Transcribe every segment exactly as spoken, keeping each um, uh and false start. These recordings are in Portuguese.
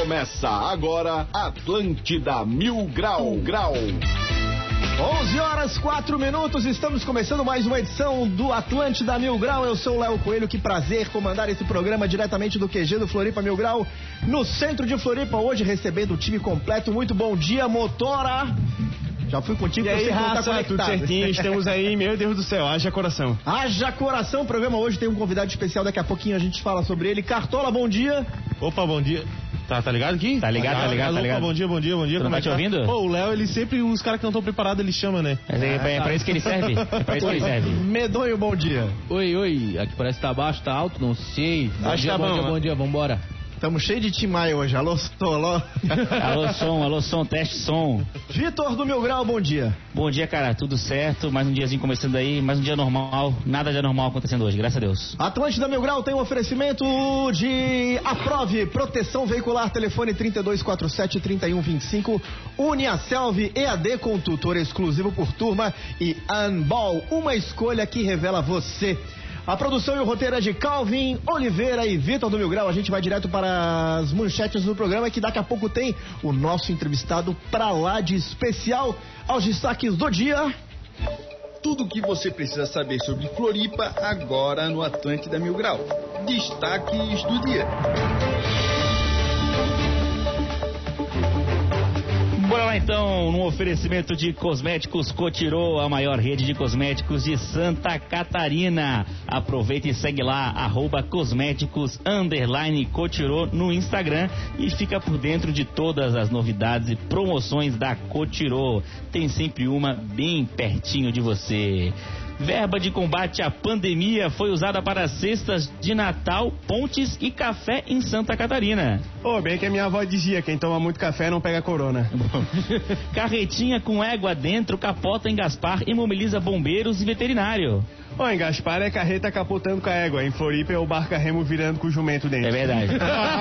Começa agora Atlântida Mil Grau Grau. onze horas, quatro minutos, estamos começando mais uma edição do Atlântida Mil Grau. Eu sou o Léo Coelho, que prazer comandar esse programa diretamente do Q G do Floripa Mil Grau, no centro de Floripa, hoje recebendo o time completo. Muito bom dia, Motora. Já fui contigo, e aí, você raça, tá tudo certinho, estamos aí, meu Deus do céu, haja coração. Haja coração, o programa hoje tem um convidado especial, daqui a pouquinho a gente fala sobre ele. Cartola, bom dia. Opa, bom dia. Tá, tá ligado aqui? Tá ligado, tá ligado, tá ligado. Opa, bom dia, bom dia, bom dia. Tu não tá te ouvindo? Pô, o Léo, ele sempre, os caras que não estão preparados, ele chama, né? Mas é, é, é pra isso que ele serve? É pra isso que ele serve. Medonho, bom dia. Oi, oi, aqui parece que tá baixo, tá alto, não sei. Bom Acho dia, que tá bom bom, dia, né? bom dia, vambora. Estamos cheios de Timaya hoje, alô, alô. Alô, som, alô, som, teste som. Vitor do Mil Grau, bom dia. Bom dia, cara, tudo certo, mais um diazinho começando aí, mais um dia normal, nada de anormal acontecendo hoje, graças a Deus. Atlântida Mil Grau tem um oferecimento de Aprove, proteção veicular, telefone trinta e dois quarenta e sete, trinta e um vinte e cinco, Uniaselv, E A D com tutor exclusivo por turma e Unball, uma escolha que revela você. A produção e o roteiro é de Calvin Oliveira e Vitor do Mil Grau. A gente vai direto para as manchetes do programa, que daqui a pouco tem o nosso entrevistado pra lá de especial. Aos destaques do dia. Tudo o que você precisa saber sobre Floripa agora no Atlântida Mil Grau. Destaques do dia. Bora lá então, num oferecimento de Cosméticos Cotirô, a maior rede de cosméticos de Santa Catarina. Aproveita e segue lá, arroba cosméticos underline Cotirô no Instagram e fica por dentro de todas as novidades e promoções da Cotirô. Tem sempre uma bem pertinho de você. Verba de combate à pandemia foi usada para cestas de Natal, pontes e café em Santa Catarina. Ô, oh, bem que a minha avó dizia, quem toma muito café não pega corona. Carretinha com égua dentro capota em Gaspar e mobiliza bombeiros e veterinário. Ô, oh, em Gaspar é carreta capotando com a égua, em Floripa é o barca remo virando com o jumento dentro. É verdade.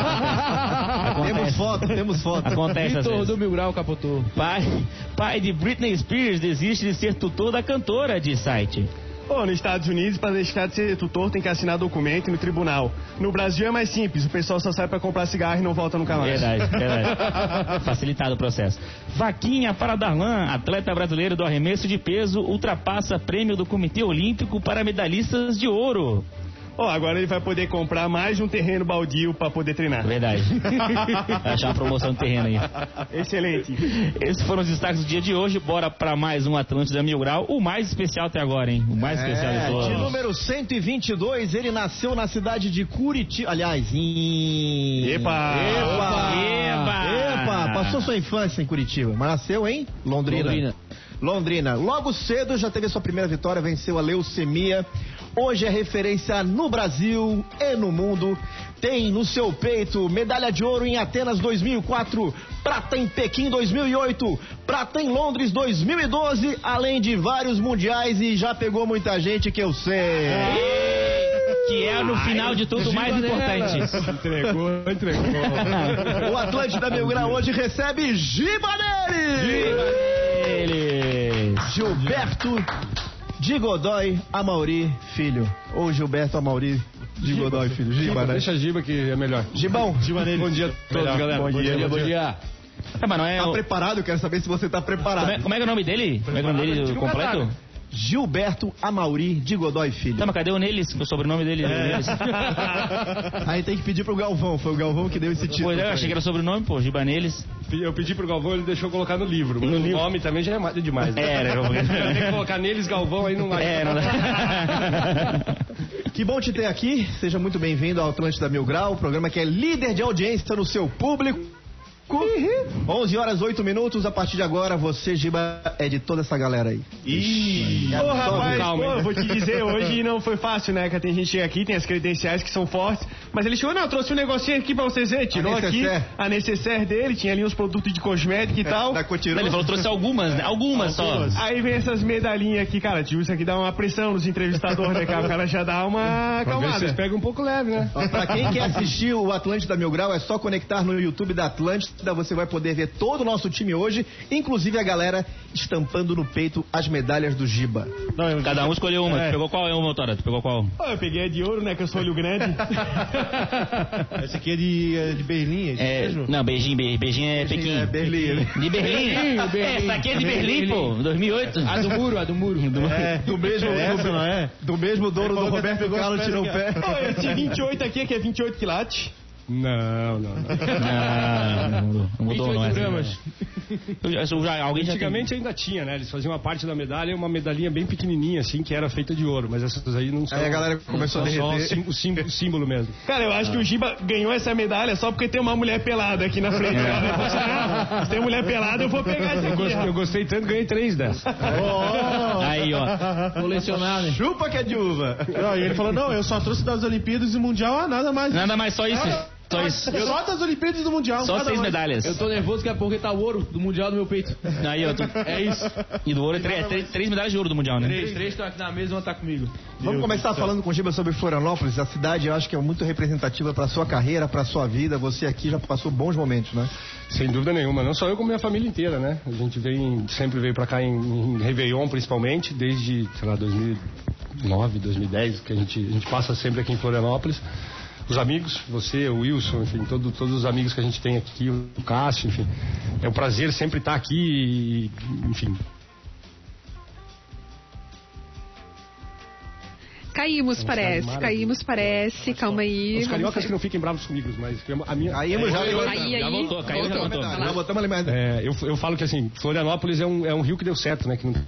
Temos foto, temos foto. Acontece às Vitor vezes. do Mil Grau capotou. Pai, pai de Britney Spears desiste de ser tutor da cantora, diz site. Pô, nos Estados Unidos, para deixar de ser tutor, tem que assinar documento no tribunal. No Brasil é mais simples, o pessoal só sai para comprar cigarro e não volta nunca mais. Verdade, verdade. Facilitado o processo. Vaquinha para Darlan, atleta brasileiro do arremesso de peso, ultrapassa prêmio do Comitê Olímpico para medalhistas de ouro. Ó, oh, agora ele vai poder comprar mais um terreno baldio para poder treinar. Verdade. Vai achar uma promoção de terreno aí. Excelente. Esses foram os destaques do dia de hoje. Bora para mais um Atlântida Mil Grau. O mais especial até agora, hein? O mais é, especial de todos. De número cento e vinte e dois, ele nasceu na cidade de Curitiba. Aliás, em... Epa! Epa! Epa! Epa! Passou sua infância em Curitiba, mas nasceu em Londrina. Londrina. Londrina. Logo cedo já teve a sua primeira vitória, venceu a leucemia. Hoje é referência no Brasil e no mundo. Tem no seu peito medalha de ouro em Atenas dois mil e quatro, prata em Pequim dois mil e oito, prata em Londres dois mil e doze, além de vários mundiais, e já pegou muita gente que eu sei. Que é no final de tudo o mais importante. Entregou, entregou. O Atlântida Mil Grau hoje recebe Giba Neles! Gilberto de Godoy Amauri Filho. Ou Gilberto Amauri de Godoy Filho. Giba, né? Deixa a Giba que é melhor. Gibão. Giba Neles. Bom dia a todos, Melhor. galera. Bom, Bom dia, dia, bom bom dia. dia. Ah, mas não é Tá o... preparado? Eu quero saber se você tá preparado. Como é, como é que é o nome dele? Como é que é o nome dele completo? Gilberto Amauri de Godoy Filho. Tá, mas cadê o Neles? O sobrenome dele? É. Neles. Aí tem que pedir pro Galvão. Foi o Galvão que deu esse título. Pois é, eu achei que era sobrenome, pô, Giba Neles. Eu pedi pro Galvão, ele deixou colocar no livro. No o livro. Nome também já é demais. Né? É, era. Tem que colocar neles, Galvão, aí não vai. É, não dá. Que bom te ter aqui. Seja muito bem-vindo ao Atlântida Mil Grau, programa que é líder de audiência no seu público. Uhum. onze horas, oito minutos. A partir de agora, você, Giba, é de toda essa galera aí. Ih, é Ô, rapaz, calma, pô, hein? vou te dizer, hoje não foi fácil, né? Que tem gente que chega aqui, tem as credenciais que são fortes, mas ele chegou, não, trouxe um negocinho aqui pra vocês verem, tirou A aqui necessaire. a necessaire dele, tinha ali uns produtos de cosmética e tal. Da Cotirô. Ele falou trouxe algumas, né? Algumas só. Aí vem essas medalhinhas aqui, cara, tio, isso aqui dá uma pressão nos entrevistadores, né, cara? O cara já dá uma acalmada. Vocês pegam um pouco leve, né? Ó, pra quem quer assistir o Atlântida Mil Grau, é só conectar no YouTube da Atlântida Você vai poder ver todo o nosso time hoje, inclusive a galera estampando no peito as medalhas do Giba. Não, eu... Cada um escolheu uma. É. Tu pegou qual é uma, Motora? Tu pegou qual? Oh, eu peguei a de ouro, né? Que eu sou olho grande. Essa aqui é de, de Berlim, é de É, mesmo? não, Beijing, Be- Beijing é Pequim. É Berlim. De Berlim? Berlim, Berlim. Essa aqui é de Berlim, pô. dois mil e oito. A do muro, a do muro. É, do mesmo, Essa, do, não é? do mesmo dono do Roberto Carlos tirou o pé. Oh, esse vinte e oito aqui, que é vinte e oito quilates. Não, não, não. Não, não mudou, não mudou, não é. gramas. Eu já- eu já- alguém já tem... Antigamente ainda tinha, né? Eles faziam uma parte da medalha, uma medalhinha bem pequenininha, assim, que era feita de ouro. Mas essas aí não são... Aí a galera começou a são só o derreter. sim- o símbolo, o símbolo mesmo. Cara, eu acho que o Giba ganhou essa medalha só porque tem uma mulher pelada aqui na frente. É. Se tem mulher pelada, eu vou pegar essa aqui. Eu gostei tanto, ganhei três dessas. Aí, ó. Colecionar, né? Chupa que é de uva. Não, e ele falou, não, eu só trouxe das Olimpíadas e Mundial, ah, nada mais. Nada mais, só isso. Só isso. Só das Olimpíadas e do Mundial. Só nada seis mais. medalhas. Eu tô nervoso que é porque tá o ouro do Mundial no meu peito. Aí, ó. Tu... É isso. E do ouro é três, três, três medalhas de ouro do Mundial, né? Três, três estão aqui na mesa e uma tá comigo. Vamos começar falando com o Giba sobre Florianópolis. A cidade, eu acho que é muito representativa para sua carreira, para sua vida. Você aqui já passou bons momentos, né? Sem dúvida nenhuma, não só eu como minha família inteira, né? A gente vem, sempre veio pra cá em, em Réveillon, principalmente, desde, sei lá, dois mil e nove, dois mil e dez, que a gente, a gente passa sempre aqui em Florianópolis. Os amigos, você, o Wilson, enfim, todo, todos os amigos que a gente tem aqui, o Cássio, enfim. É um prazer sempre estar aqui e, enfim. Caímos, parece. Caímos, parece. Calma aí. Os vamos cariocas ver. que não fiquem bravos comigo, mas a minha... Caímos já. Aí, aí, Já voltou, caiu, já voltou. Vai lá. Já botamos ali mais. É, eu, eu falo que assim, Florianópolis é um, é um rio que deu certo, né? Que não...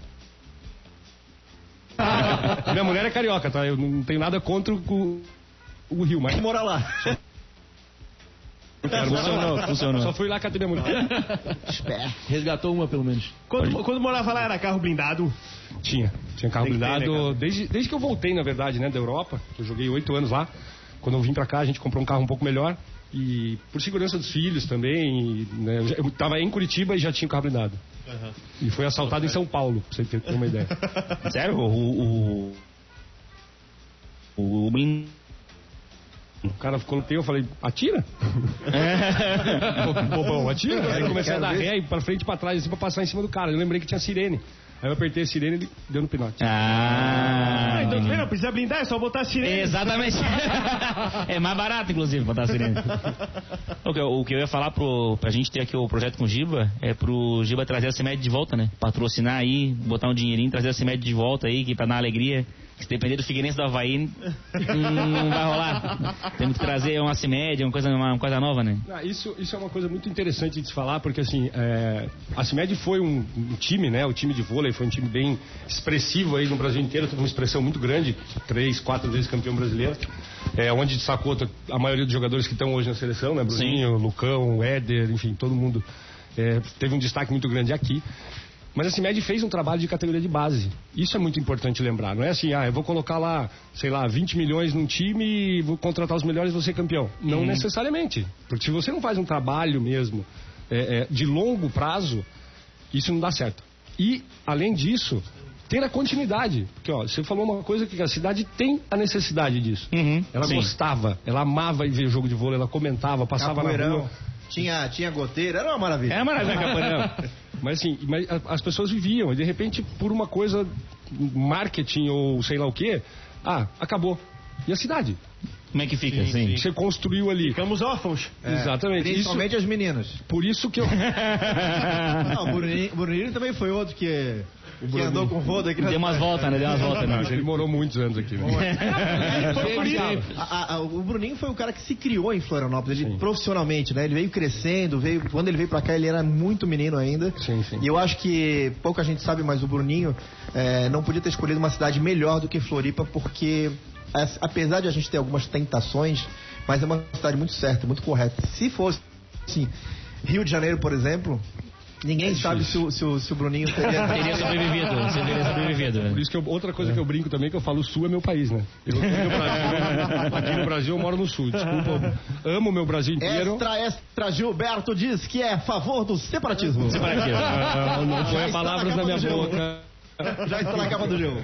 Minha mulher é carioca, tá? Eu não tenho nada contra o, o rio, mas... Mora lá. Funcionou, funcionou. Só fui lá catei minha mulher. Resgatou uma, pelo menos. Quando, quando morava lá, era carro blindado? Tinha, tinha carro Tem que ter, blindado. né, cara? desde, desde que eu voltei, na verdade, né, da Europa, que eu joguei oito anos lá. Quando eu vim pra cá, a gente comprou um carro um pouco melhor. E por segurança dos filhos também, e, né, eu, já- eu tava em Curitiba e já tinha o carro blindado. E foi assaltado em São Paulo, pra você ter, ter uma ideia. Sério? O. O. O. o blin- O cara ficou no eu falei, atira? Bobão, atira? Aí comecei a dar ré e pra frente e pra trás, assim, pra passar em cima do cara. Eu lembrei que tinha sirene. Aí eu apertei a sirene e ele deu no pinote. Ah, então entendi. não precisa blindar, é só botar a sirene. Exatamente. É mais barato, inclusive, botar a sirene. O que, eu, o que eu ia falar pro, pra gente ter aqui o projeto com o Giba é pro Giba trazer a CIMED de volta, né? Patrocinar aí, botar um dinheirinho, trazer a CIMED de volta aí, que pra dar alegria. Se depender do Figueirense do Havaí, não vai rolar. Temos que trazer uma CIMED, uma coisa, uma, uma coisa nova, né? Ah, isso, isso é uma coisa muito interessante de se falar, porque assim, é, a CIMED foi um, um time, né? O time de vôlei foi um time bem expressivo aí no Brasil inteiro, teve uma expressão muito grande, três, quatro vezes campeão brasileiro, é, onde destacou a maioria dos jogadores que estão hoje na seleção, né? Bruninho, Lucão, Éder, enfim, todo mundo é, teve um destaque muito grande aqui. Mas a CIMED fez um trabalho de categoria de base. Isso é muito importante lembrar. Não é assim, ah, eu vou colocar lá, sei lá, vinte milhões num time e vou contratar os melhores e vou ser campeão. Não Uhum. necessariamente. Porque se você não faz um trabalho mesmo é, é, de longo prazo, isso não dá certo. E, além disso, ter a continuidade. Porque, ó, você falou uma coisa que a cidade tem a necessidade disso. Uhum, Ela sim. gostava, ela amava ir ver jogo de vôlei, ela comentava, passava na Capoeirão. rua. Tinha, tinha goteira, era uma maravilha. É maravilha, Capoeirão. Mas assim, mas a- as pessoas viviam e de repente por uma coisa, marketing ou sei lá o que, ah, acabou. E a cidade? Como é que fica, assim? Você construiu ali. Ficamos órfãos. É, Exatamente. Isso, Principalmente as meninas. por isso que eu. Não, o Bruninho, Bruninho também foi outro que, que andou com roda aqui na Deu umas voltas, né? Deu umas voltas, Não, né? ele morou muitos anos aqui. Né? Foi por isso. A- a- a- o Bruninho foi o cara que se criou em Florianópolis, ele Sim. profissionalmente, né? Ele veio crescendo, veio, quando ele veio pra cá ele era muito menino ainda. Sim, sim. E eu acho que pouca gente sabe, mas o Bruninho eh, não podia ter escolhido uma cidade melhor do que Floripa, porque as- apesar de a gente ter algumas tentações, mas é uma cidade muito certa, muito correta. Se fosse assim, Rio de Janeiro, por exemplo, ninguém sabe se o, se, o, se o Bruninho teria... Teria sobrevivido, você teria sobrevivido. Por isso que eu- outra coisa que eu brinco também, que eu falo, o Sul é meu país, né? Eu, aqui, no Brasil, aqui no Brasil eu moro no Sul, desculpa. eu Amo o meu Brasil inteiro. Extra, extra, Gilberto diz que é a favor do separatismo. Separatismo. Ah, não Já põe está palavras na na minha capa do boca. Já está na capa do G um.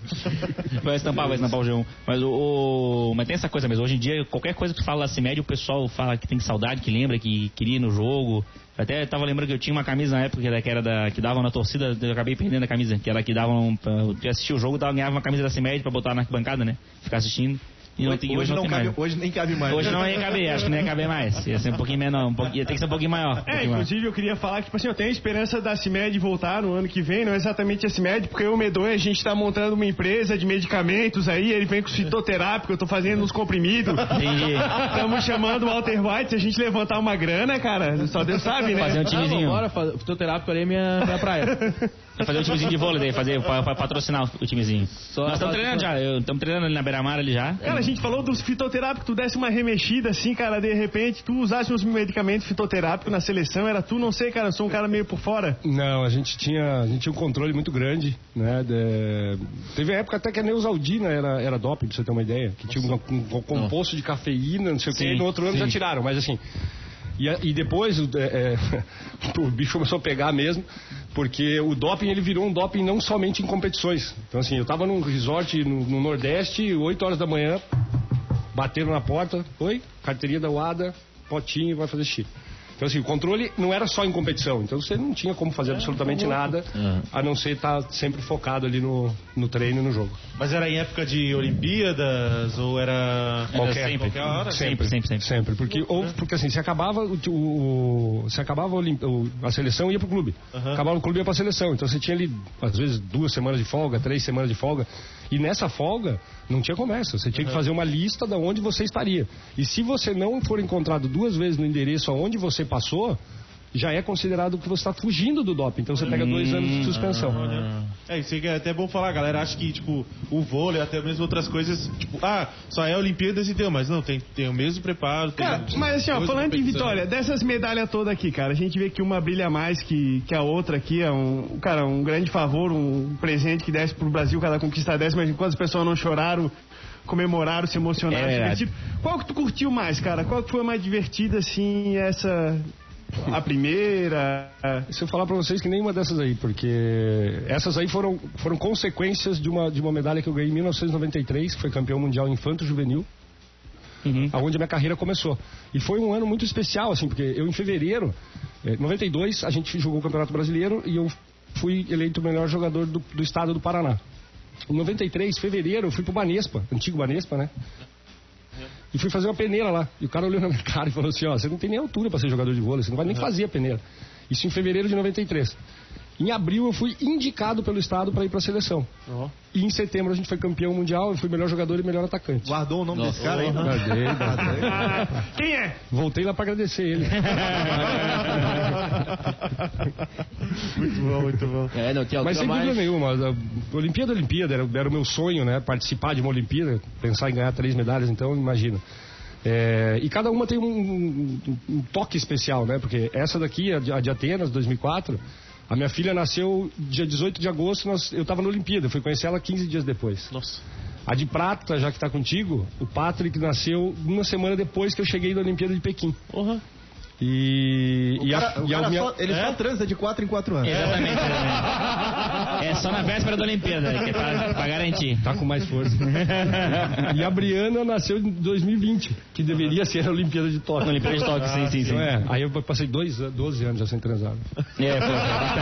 Vai estampar, vai estampar o G um. Mas, o, o, mas tem essa coisa mesmo. Hoje em dia, qualquer coisa que tu fala da CIMED, o pessoal fala que tem saudade, que lembra, que queria ir no jogo. Até tava lembrando que eu tinha uma camisa na época que era da, que davam na torcida, eu acabei perdendo a camisa, que era que davam pra eu assistir o jogo, eu ganhava uma camisa da CIMED pra botar na arquibancada, né? Ficar assistindo. E hoje, não, hoje, não não cabe, hoje nem cabe mais. Hoje não ia caber, acho que não ia caber mais. Ia ser um pouquinho menor, um pouquinho, ia ter que ser um pouquinho maior. Um é, pouquinho inclusive maior. eu queria falar que, tipo assim, eu tenho a esperança da CIMED voltar no ano que vem, não é exatamente a CIMED, porque eu e o Medonha, a gente tá montando uma empresa de medicamentos aí, ele vem com os fitoterápicos, eu tô fazendo uns comprimidos. Entendi. Estamos chamando o Walter White, se a gente levantar uma grana, cara, só Deus sabe, né? Fazer um timezinho. Bora, fitoterápico ali é minha, minha praia. Fazer um timezinho de vôlei daí, fazer, pra, pra patrocinar o timezinho. Só Nós estamos treinando já, estamos treinando ali na Beira-Mar ali já. Cara, a gente falou dos fitoterápicos, tu desse uma remexida assim, cara, de repente, tu usasse uns medicamentos fitoterápicos na seleção, era tu, não sei, cara, eu sou um cara meio por fora. Não, a gente tinha, a gente tinha um controle muito grande, né, de... teve a época até que a Neusaldina era, era doping, pra você ter uma ideia, que tinha um, um, um composto de cafeína, não sei o que, e no outro ano sim. já tiraram, mas assim... E, e depois é, é, o bicho começou a pegar mesmo, porque o doping ele virou um doping não somente em competições. Então assim, eu tava num resort no, no Nordeste, oito horas da manhã, bateram na porta, oi, carteirinha da U A D A, potinho, vai fazer xixi. Então assim, o controle não era só em competição, então você não tinha como fazer absolutamente nada, a não ser estar sempre focado ali no, no treino e no jogo. Mas era em época de Olimpíadas ou era... Qualquer, sempre, qualquer hora? Sempre, sempre, sempre. Sempre, porque, ou, porque assim, se acabava, o, o, se acabava o, a seleção ia pro clube, uhum. acabava o clube ia pra seleção, então você tinha ali, às vezes, duas semanas de folga, três semanas de folga, e nessa folga não tinha conversa, você tinha uhum. que fazer uma lista de onde você estaria. E se você não for encontrado duas vezes no endereço aonde você passou, já é considerado que você está fugindo do doping. Então você pega dois anos de suspensão. É, isso é até bom falar, galera. Acho que, tipo, o vôlei, até mesmo outras coisas, tipo, ah, só é Olimpíadas e deu, mas não, tem, tem o mesmo preparo. Tem, cara, mas assim, ó, falando em vitória, dessas medalhas todas aqui, cara, a gente vê que uma brilha mais que, que a outra aqui, é um, cara, um grande favor, um presente que desce pro Brasil, cada conquista dessa, mas enquanto as pessoas não choraram, comemoraram, se emocionaram, é se qual que tu curtiu mais, cara? Qual que foi a mais divertida, assim, essa... A primeira... Se eu falar pra vocês que nenhuma dessas aí, porque essas aí foram, foram consequências de uma, de uma medalha que eu ganhei em mil novecentos e noventa e três, que foi campeão mundial infanto-juvenil, uhum. aonde a minha carreira começou. E foi um ano muito especial, assim, porque eu em fevereiro, em noventa e dois, a gente jogou o Campeonato Brasileiro e eu fui eleito o melhor jogador do, do estado do Paraná. Em noventa e três, fevereiro, eu fui pro Banespa, antigo Banespa, né? E fui fazer uma peneira lá. E o cara olhou na minha cara e falou assim, ó, você não tem nem altura pra ser jogador de vôlei, você não vai nem fazer a peneira. Isso em fevereiro de noventa e três. Em abril eu fui indicado pelo estado para ir pra seleção. Uhum. E em setembro a gente foi campeão mundial, eu fui melhor jogador e melhor atacante. Guardou o nome Nossa. desse cara aí? Guardei, guardei. Ah, quem é? Voltei lá pra agradecer ele. Muito bom, muito bom. É, não tinha Mas sem mais... dúvida nenhuma, a Olimpíada, Olimpíada, era, era o meu sonho, né? Participar de uma Olimpíada, pensar em ganhar três medalhas, então imagina. É, e cada uma tem um, um, um toque especial, né? Porque essa daqui, a de, a de Atenas, dois mil e quatro, a minha filha nasceu dia dezoito de agosto, nós, eu estava na Olimpíada, fui conhecer ela quinze dias depois. Nossa. A de prata, já que está contigo, o Patrick nasceu uma semana depois que eu cheguei da Olimpíada de Pequim. Uhum. E, o e cara, a, o e cara a minha... só, ele é? só transa de quatro em quatro anos. Exatamente, exatamente. É só na véspera da Olimpíada, que é pra, pra garantir. Tá com mais força. E a Briana nasceu em dois mil e vinte, que deveria ser a Olimpíada de Tóquio. A Olimpíada de Tóquio, sim, sim, sim. É, aí eu passei dois, doze anos já sem transar. É, foi,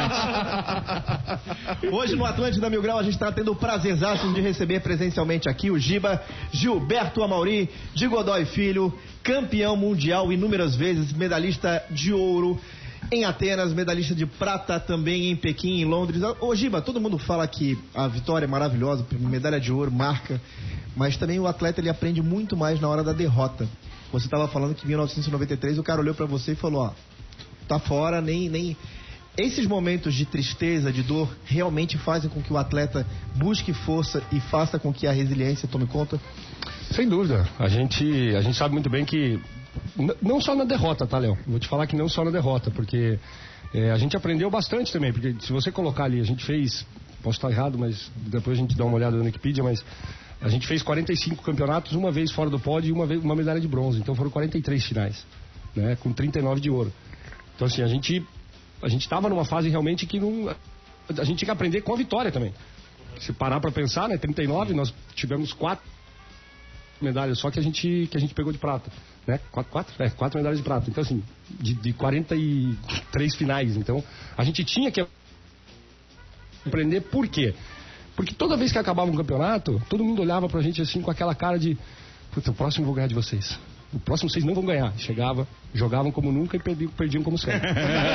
foi bastante. Hoje no Atlântida Mil Grau a gente está tendo o prazerzaço de receber presencialmente aqui o Giba, Gilberto Amauri, de Godoy Filho, campeão mundial inúmeras vezes, medalhista de ouro em Atenas, medalhista de prata também em Pequim, em Londres. Ô Giba, todo mundo fala que a vitória é maravilhosa, medalha de ouro, marca, mas também o atleta ele aprende muito mais na hora da derrota. Você estava falando que em mil novecentos e noventa e três o cara olhou para você e falou, ó, tá fora, nem... nem... Esses momentos de tristeza, de dor, realmente fazem com que o atleta busque força e faça com que a resiliência tome conta? Sem dúvida. A gente, a gente sabe muito bem que, não só na derrota, tá, Léo? Vou te falar que não só na derrota, porque é, a gente aprendeu bastante também, porque se você colocar ali, a gente fez, posso estar errado, mas depois a gente dá uma olhada na Wikipedia, mas a gente fez quarenta e cinco campeonatos, uma vez fora do pódio e uma, vez, uma medalha de bronze, então foram quarenta e três finais, né, com trinta e nove de ouro. Então assim, a gente... A gente estava numa fase realmente que não, a gente tinha que aprender com a vitória também. Se parar para pensar, né, trinta e nove, nós tivemos quatro medalhas só que a gente, que a gente pegou de prata. Né? Quatro, quatro? É, quatro medalhas de prata. Então, assim, de, de quarenta e três finais. Então, a gente tinha que aprender por quê? Porque toda vez que acabava um campeonato, todo mundo olhava pra gente assim com aquela cara de: puta, o próximo eu vou ganhar de vocês. O próximo vocês não vão ganhar. Chegavam, jogavam como nunca e perdiam, perdiam como sempre.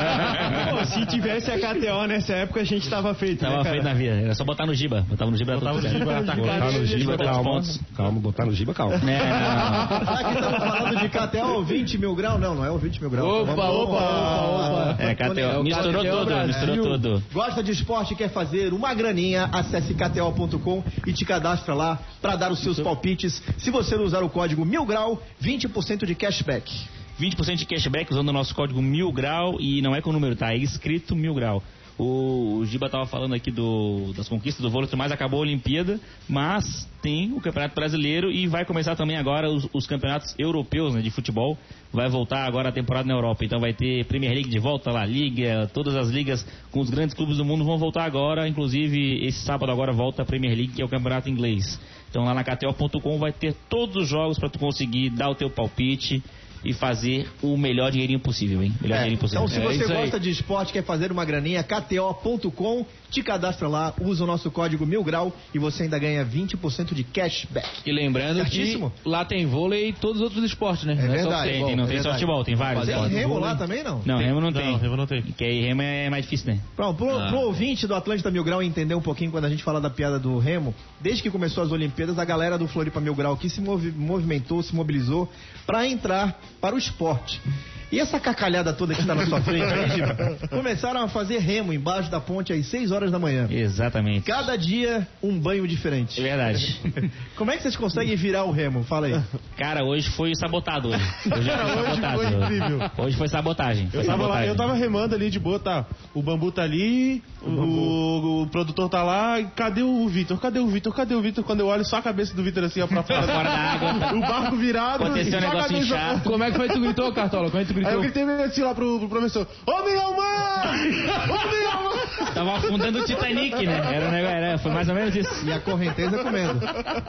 Pô, se tivesse a K T O nessa época, a gente tava feito. Tava né, feito na vida. Era só botar no Giba. Botava no Giba. Botava no Giba. Botar no Giba, calma. Calma, botar no Giba, calma. É, não. Aqui estamos falando de K T O vinte mil grau? Não, não é o vinte mil grau. Opa, opa, opa, opa. É, K T O. Misturou tudo, misturou tudo. Gosta de esporte e quer fazer uma graninha? Acesse K T O ponto com e te cadastra lá para dar os seus palpites. Se você não usar o código mil grau, vinte por cento de cashback. vinte por cento de cashback usando o nosso código mil grau e não é com o número, tá? É escrito mil grau. O, o Giba tava falando aqui do, das conquistas do vôlei, mas acabou a Olimpíada, mas tem o Campeonato Brasileiro e vai começar também agora os, os campeonatos europeus, né, de futebol. Vai voltar agora a temporada na Europa, então vai ter Premier League de volta, La Liga, todas as ligas com os grandes clubes do mundo vão voltar agora, inclusive esse sábado agora volta a Premier League, que é o campeonato inglês. Então lá na K T O ponto com vai ter todos os jogos para tu conseguir dar o teu palpite e fazer o melhor dinheirinho possível, hein? Melhor É, dinheirinho possível. então, se É você isso aí. gosta de esporte, quer fazer uma graninha, K T O ponto com, te cadastra lá, usa o nosso código mil grau e você ainda ganha vinte por cento de cashback. E lembrando Certíssimo. que lá tem vôlei e todos os outros esportes, né? É Não só verdade. Tem, futebol. tem, não é tem só verdade. futebol, tem vários. Tem esportes. remo lá também, não? Não, remo não tem. Não, remo não tem. Porque aí remo é mais difícil, né? Pronto, pro, Ah. pro ouvinte do Atlântida Mil Grau entender um pouquinho quando a gente fala da piada do remo, desde que começou as Olimpíadas, a galera do Floripa Mil Grau aqui se movi- movimentou, se mobilizou para entrar para o esporte. E essa cacalhada toda que está na sua frente aí, Giba, começaram a fazer remo embaixo da ponte às seis horas da manhã. Exatamente. Cada dia um banho diferente. É verdade. Como é que vocês conseguem virar o remo? Fala aí. Cara, hoje foi sabotado hoje. Hoje, Cara, foi hoje sabotado. foi incrível. Hoje foi sabotagem. Foi Eu tava, lá, sabotagem. eu tava remando ali de boa, tá? O bambu tá ali, o, o, o produtor tá lá, e cadê o Vitor? Cadê o Vitor? Cadê o Vitor? Quando eu olho só a cabeça do Vitor assim, ó, pra fora, Fora da água. o barco virado. Aconteceu um só a negócio cabeça- inchado. Como é que foi que tu gritou, Cartola? Como é que tu Aí eu gritou? gritei meio assim lá pro, pro professor: Ô Milmar! Ô Milmar! Tava afundando o Titanic, né? Era um negócio, era, foi mais ou menos isso. E a correnteza comendo.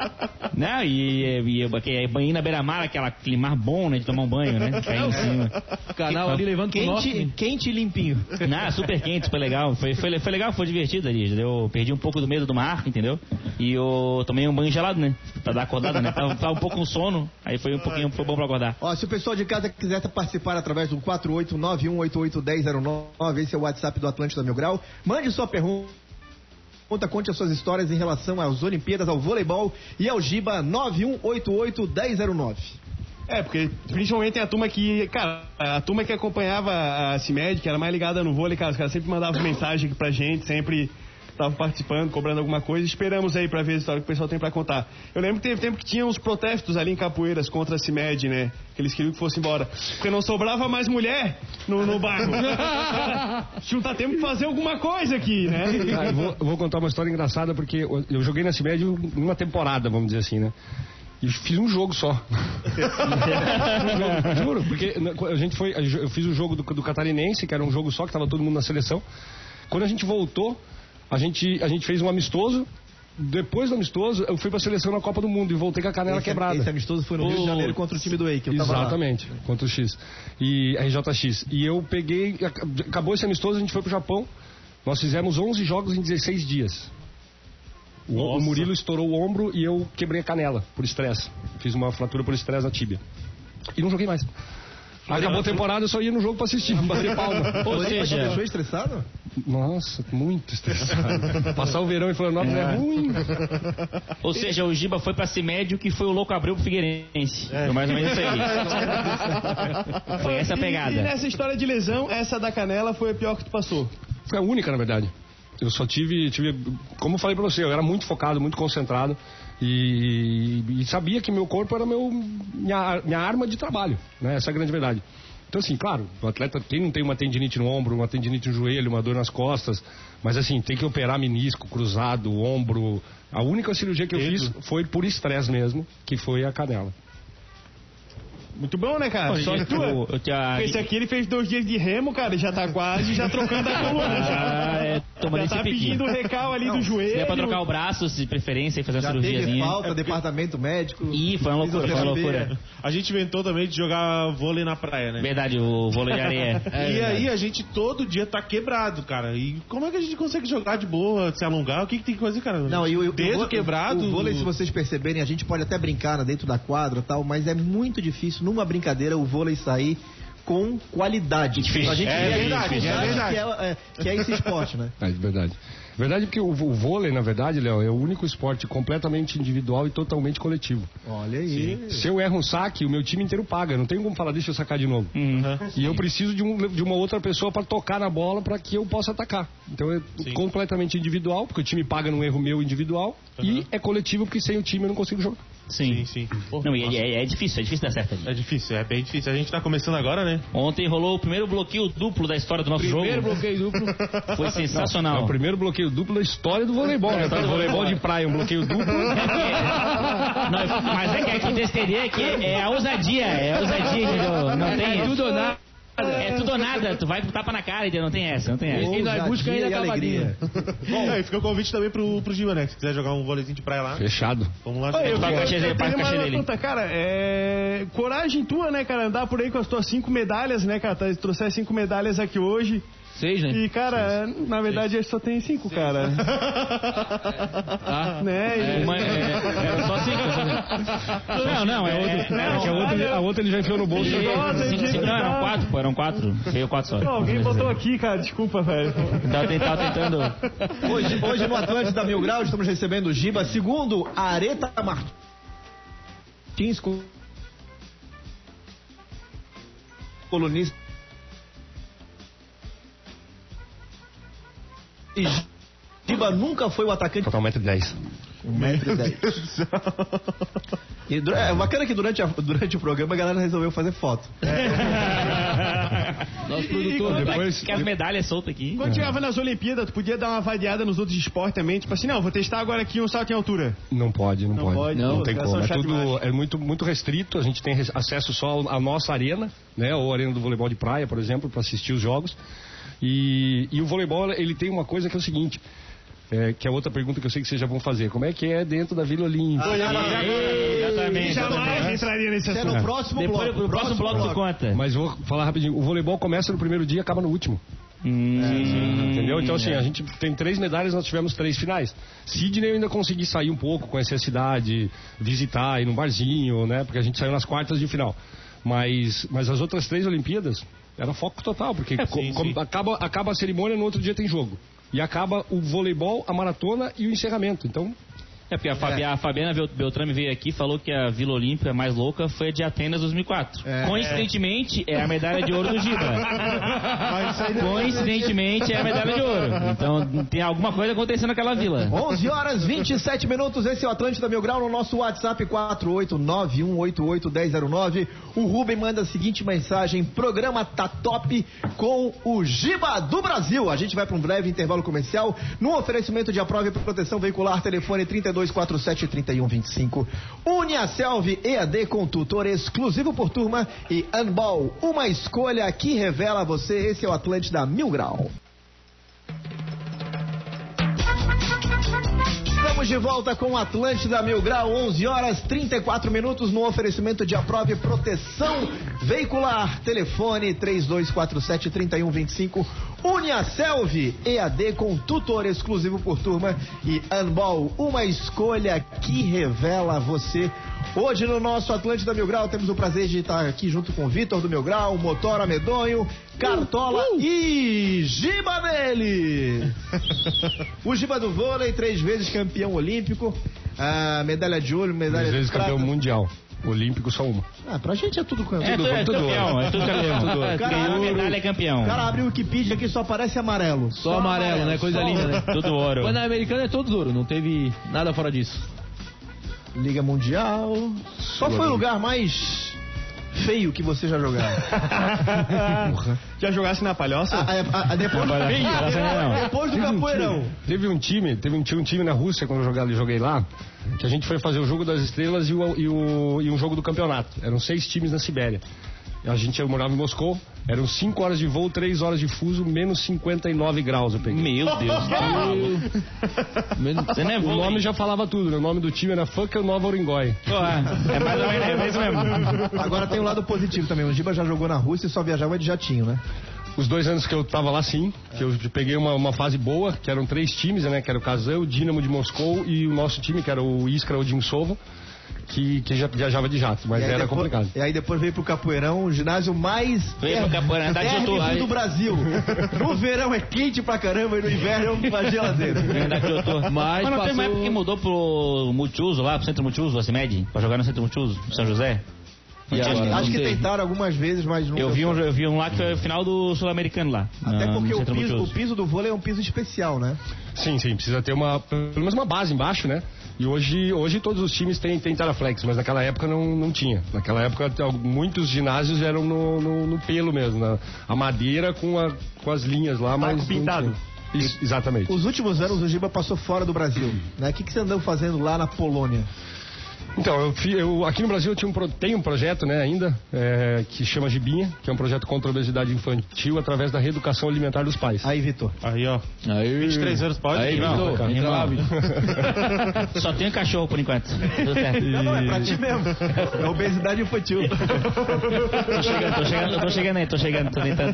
Não, e, e eu e banhei na beira-mar, aquela, aquele mar bom, né? De tomar um banho, né? Cair em cima. O canal ali levando pro norte. Quente, quente e limpinho. Não, super quente, foi legal. Foi, foi, foi legal, foi divertido ali. Eu perdi um pouco do medo do mar, entendeu? E eu tomei um banho gelado, né? Pra dar acordada, né? Tava, tava um pouco com sono, aí foi um pouquinho, foi bom pra acordar. Ó, se o pessoal de casa quiser participar através do quatro oito nove um oito oito um zero zero nove, esse é o WhatsApp do Atlântida Mil Grau, mande sua pergunta, conte as suas histórias em relação às Olimpíadas, ao voleibol e ao Giba nove um oito oito um zero zero nove. É, porque principalmente tem a turma que, cara, a turma que acompanhava a CIMED, que era mais ligada no vôlei, cara, os caras sempre mandavam mensagem aqui pra gente, sempre estavam participando, cobrando alguma coisa. Esperamos aí pra ver a história que o pessoal tem pra contar. Eu lembro que teve tempo que tinha uns protestos ali em Capoeiras contra a CIMED, né? Que eles queriam que fosse embora. Porque não sobrava mais mulher no, no bairro. Não tá tempo de fazer alguma coisa aqui, né? Ah, eu, vou, eu vou contar uma história engraçada, porque eu, eu joguei na CIMED uma temporada, vamos dizer assim, né? E fiz um jogo só. Juro, porque a gente foi. Eu fiz o jogo do, do Catarinense, que era um jogo só, que tava todo mundo na seleção. Quando a gente voltou, a gente, a gente fez um amistoso. Depois do amistoso, eu fui pra seleção na Copa do Mundo e voltei com a canela esse, quebrada. Esse amistoso foi no oh, Rio de Janeiro contra o time do Eike. Exatamente, contra o X. E R J X. E eu peguei. Acabou esse amistoso, a gente foi pro Japão. Nós fizemos onze jogos em dezesseis dias. O, o Murilo estourou o ombro e eu quebrei a canela por estresse. Fiz uma fratura por estresse na tíbia. E não joguei mais. Acabou a temporada, eu só ia no jogo pra assistir, bater palma. Ou seja, você deixou estressado? Nossa, muito estressado. Passar o verão em Florianópolis é, é ruim. Ou seja, o Giba foi pra CIMED, o que foi o Louco Abreu pro Figueirense. É. Foi mais ou menos isso aí. Foi essa a pegada. E, e nessa história de lesão, essa da canela foi a pior que tu passou? Foi a única, na verdade. Eu só tive, tive, como eu falei pra você, eu era muito focado, muito concentrado e, e sabia que meu corpo era meu, minha, minha arma de trabalho, né? Essa é a grande verdade. Então, assim, claro, o atleta, quem não tem uma tendinite no ombro, uma tendinite no joelho, uma dor nas costas, mas assim, tem que operar menisco, cruzado, ombro. A única cirurgia que eu fiz foi por estresse mesmo, que foi a canela. Muito bom, né, cara? Pô, Só que tu, eu- eu te- a- esse aqui ele fez dois dias de remo, cara, e já tá quase já trocando a coluna. Ah, já é, tomando já esse tá piquinho. pedindo o recal ali do Se joelho. é pra trocar o braço, de preferência, e fazer uma Já teve cirurgiazinha. falta, departamento médico. Ih, foi uma loucura, foi uma fisioterapia. loucura. A gente inventou também de jogar vôlei na praia, né? Verdade, o vôlei de areia. e aí a gente todo dia tá quebrado, cara. E como é que a gente consegue jogar de boa, se alongar? O que, que tem que fazer, cara? Não, e o, Dedo o, vôlei- quebrado. O vôlei, se vocês perceberem, a gente pode até brincar né, dentro da quadra e tal, mas é muito difícil numa brincadeira o vôlei sair com qualidade. Difícil. A gente É vê a verdade, dificuldade é verdade. Que, é, é, que é esse esporte, né? É verdade. Verdade porque o, o vôlei, na verdade, Léo, é o único esporte completamente individual e totalmente coletivo. Olha aí. Se eu erro um saque, o meu time inteiro paga. Não tem como falar, deixa eu sacar de novo. E eu preciso de, um, de uma outra pessoa para tocar na bola para que eu possa atacar. Então é Sim. completamente individual, porque o time paga num erro meu individual. E é coletivo, porque sem o time eu não consigo jogar. Sim. Sim, sim. Não, e é, é difícil, é difícil dar certo ali. É difícil, é bem difícil. A gente tá começando agora, né? Ontem rolou o primeiro bloqueio duplo da história do nosso Primeiro jogo. bloqueio duplo. Foi É sensacional. o primeiro bloqueio duplo da história do voleibol, né? Tá? Voleibol de praia, um bloqueio duplo. Não, mas é que aqui desse teria que é a ousadia, é a ousadia, entendeu? Não tem É tudo ou nada. É tudo ou nada, tu vai pro tapa na cara, entendeu? Não tem essa, não tem essa. E nós busca ainda e alegria. Bom, aí fica o convite também pro, pro Gil, né? Se quiser jogar um vôleizinho de praia lá, Fechado. vamos lá. Olha, eu, Paga o eu, cachê dele, eu paga o tenho cachê uma dele. pergunta, cara, é... coragem tua, né, cara, andar por aí com as tuas cinco medalhas, né, cara, tá, trouxer cinco medalhas aqui hoje. Seis, né? E, cara, na verdade, ele só tem cinco, cara. Tá? Né? E- Uma, é, era só cinco. Só... Não, não, é, é, Não, É que a outra, ele- a outra ele já enfiou no bolso. Nossa, cinco, gente, cinco, não, eram tá- quatro, pô, eram quatro. Veio quatro só. Pô, alguém botou aqui, cara, desculpa, velho. Tava, tava tentando. Hoje, hoje no Atlântida Mil Graus estamos recebendo o Giba, segundo a Areta Martins, co- colunista. E Giba nunca foi o atacante Total um metro e dez. um metro e dez. E du- é bacana que durante, a- durante o programa a galera resolveu fazer foto. Nosso produtor. Depois, Que as medalhas soltas aqui. Quando chegava nas Olimpíadas, tu podia dar uma vadiada nos outros esportes também, tipo assim, não, vou testar agora aqui um salto em altura. Não pode, não, Não pode. pode, não pô, tem os caras como. são É chato tudo demais. é muito, muito restrito. A gente tem res- acesso só à nossa arena, né? Ou a arena do voleibol de praia, por exemplo, para assistir os jogos. E, e o voleibol ele tem uma coisa que é o seguinte. É, que é outra pergunta que eu sei que vocês já vão fazer. Como é que é dentro da Vila Olímpica? Exatamente. Jamais entraria nesse Isso é no assunto. próximo Depois, bloco. no próximo bloco tu conta. Mas vou falar rapidinho. O voleibol começa no primeiro dia e acaba no último. Hum, Entendeu? Então, assim, a gente tem três medalhas, nós tivemos três finais. Sidney eu ainda consegui sair um pouco, conhecer a cidade, visitar, ir num barzinho, né? Porque a gente saiu nas quartas de final. Mas, mas as outras três Olimpíadas era foco total, porque co- sim, como sim. Acaba, acaba a cerimônia, no outro dia tem jogo. E acaba o voleibol, a maratona e o encerramento. Então, É porque a, Fabi- a Fabiana Bel- Beltrame veio aqui e falou que a Vila Olímpica mais louca foi a de Atenas dois mil e quatro. Coincidentemente, é a medalha de ouro do Giba. Coincidentemente, é a medalha de ouro. Então, tem alguma coisa acontecendo naquela vila. onze horas e vinte e sete minutos, esse é o Atlântida Mil Grau no nosso WhatsApp quatro oito nove um oito oito um zero zero nove. O Rubem manda a seguinte mensagem: programa tá top com o Giba do Brasil. A gente vai para um breve intervalo comercial no oferecimento de aprova e proteção veicular, telefone trinta e dois quarenta e sete, trinta e um vinte e cinco. Uniaselv E A D com tutor exclusivo por turma e Handball, uma escolha que revela você. Esse é o Atlântida Mil Grau. Estamos de volta com o Atlântida Mil Grau, onze horas e trinta e quatro minutos, no oferecimento de aprova e proteção veicular. Telefone três dois quatro sete, trinta e um vinte e cinco. Uniaselv E A D com tutor exclusivo por turma e Handball, uma escolha que revela você. Hoje no nosso Atlântida Mil Grau temos o prazer de estar aqui junto com o Vitor do Mil Grau, Motora Medonho, Cartola uh, uh. e Giba dele. O Giba do vôlei, três vezes campeão olímpico, a medalha de ouro, medalha três vezes de prata. campeão mundial. Olímpico só uma. Ah, pra gente é tudo campeão. É, tudo, é tudo campeão, é tudo campeão. Ganhou a medalha é campeão. O cara abriu o Wikipedia aqui, só aparece amarelo. Só, só amarelo, amarelo, né? Coisa só linda, né? Tudo ouro. Mas na americana é todo ouro, não teve nada fora disso. Liga Mundial. Só foi o lugar mais feio que você já jogava? Já jogasse na palhoça? Ah, ah, ah, depois, Não. depois do Teve um capoeirão. time- Teve um time, teve um, tinha um time na Rússia quando eu joguei, joguei lá, que a gente foi fazer o jogo das estrelas e, o, e, o, e um jogo do campeonato. Eram seis times na Sibéria. A gente eu morava em Moscou, eram cinco horas de voo, três horas de fuso, menos cinquenta e nove graus eu peguei. Meu Deus. Você não é O vôlei. nome já falava tudo, né? O nome do time era Fuca Nova Oringói. É mais ou menos, é isso mesmo. Agora tem um lado positivo também. O Giba já jogou na Rússia e só viajava de jatinho, né? Os dois anos que eu tava lá, sim, que eu peguei uma, uma fase boa, que eram três times, né? Que era o Kazan, o Dinamo de Moscou e o nosso time, que era o Iskra Odinsovo, que, que já viajava de jato, mas E aí era depois- complicado. E aí depois veio pro Capoeirão, o ginásio mais Veio pro Capoeirão, tá de térmico outro- aí- do Brasil. No verão é quente pra caramba e no inverno é uma geladeira. Verdade que eu tô. Mas Mas não teve uma passou- época que mudou pro multiuso lá, pro centro multiuso, a CIMED, pra jogar no centro multiuso, São José? E Acho agora? Acho Não que teve. tentaram algumas vezes, mas não Eu deu vi, um, certo. eu vi um lá que foi o final do Sul-Americano lá. Até na- porque no o centro piso, o multiuso. piso do vôlei é um piso especial, né? Sim, sim, precisa ter uma, pelo menos uma base embaixo, né? E hoje, hoje todos os times têm, têm Taraflex, mas naquela época não, não tinha. Naquela época muitos ginásios eram no, no, no pelo mesmo, na, a madeira com, a, com as linhas lá, mas... não pintado. tinha. Isso, exatamente. Os últimos anos o Giba passou fora do Brasil, né? O que, que você andou fazendo lá na Polônia? Então, eu, fi- eu- aqui no Brasil eu tinha um, pro- tenho um projeto, né, ainda, é, que chama Gibinha, que é um projeto contra a obesidade infantil através da reeducação alimentar dos pais. Aí, Vitor. Aí, ó. Aí, vinte e três anos, pode? Aí, Não, Vitor, cara. entra lá, Irmão. Vitor. Só tem cachorro por enquanto. Tudo certo. Não, não, é pra ti mesmo. É obesidade infantil. Tô chegando, tô chegando, tô chegando aí, tô chegando, tô tentando.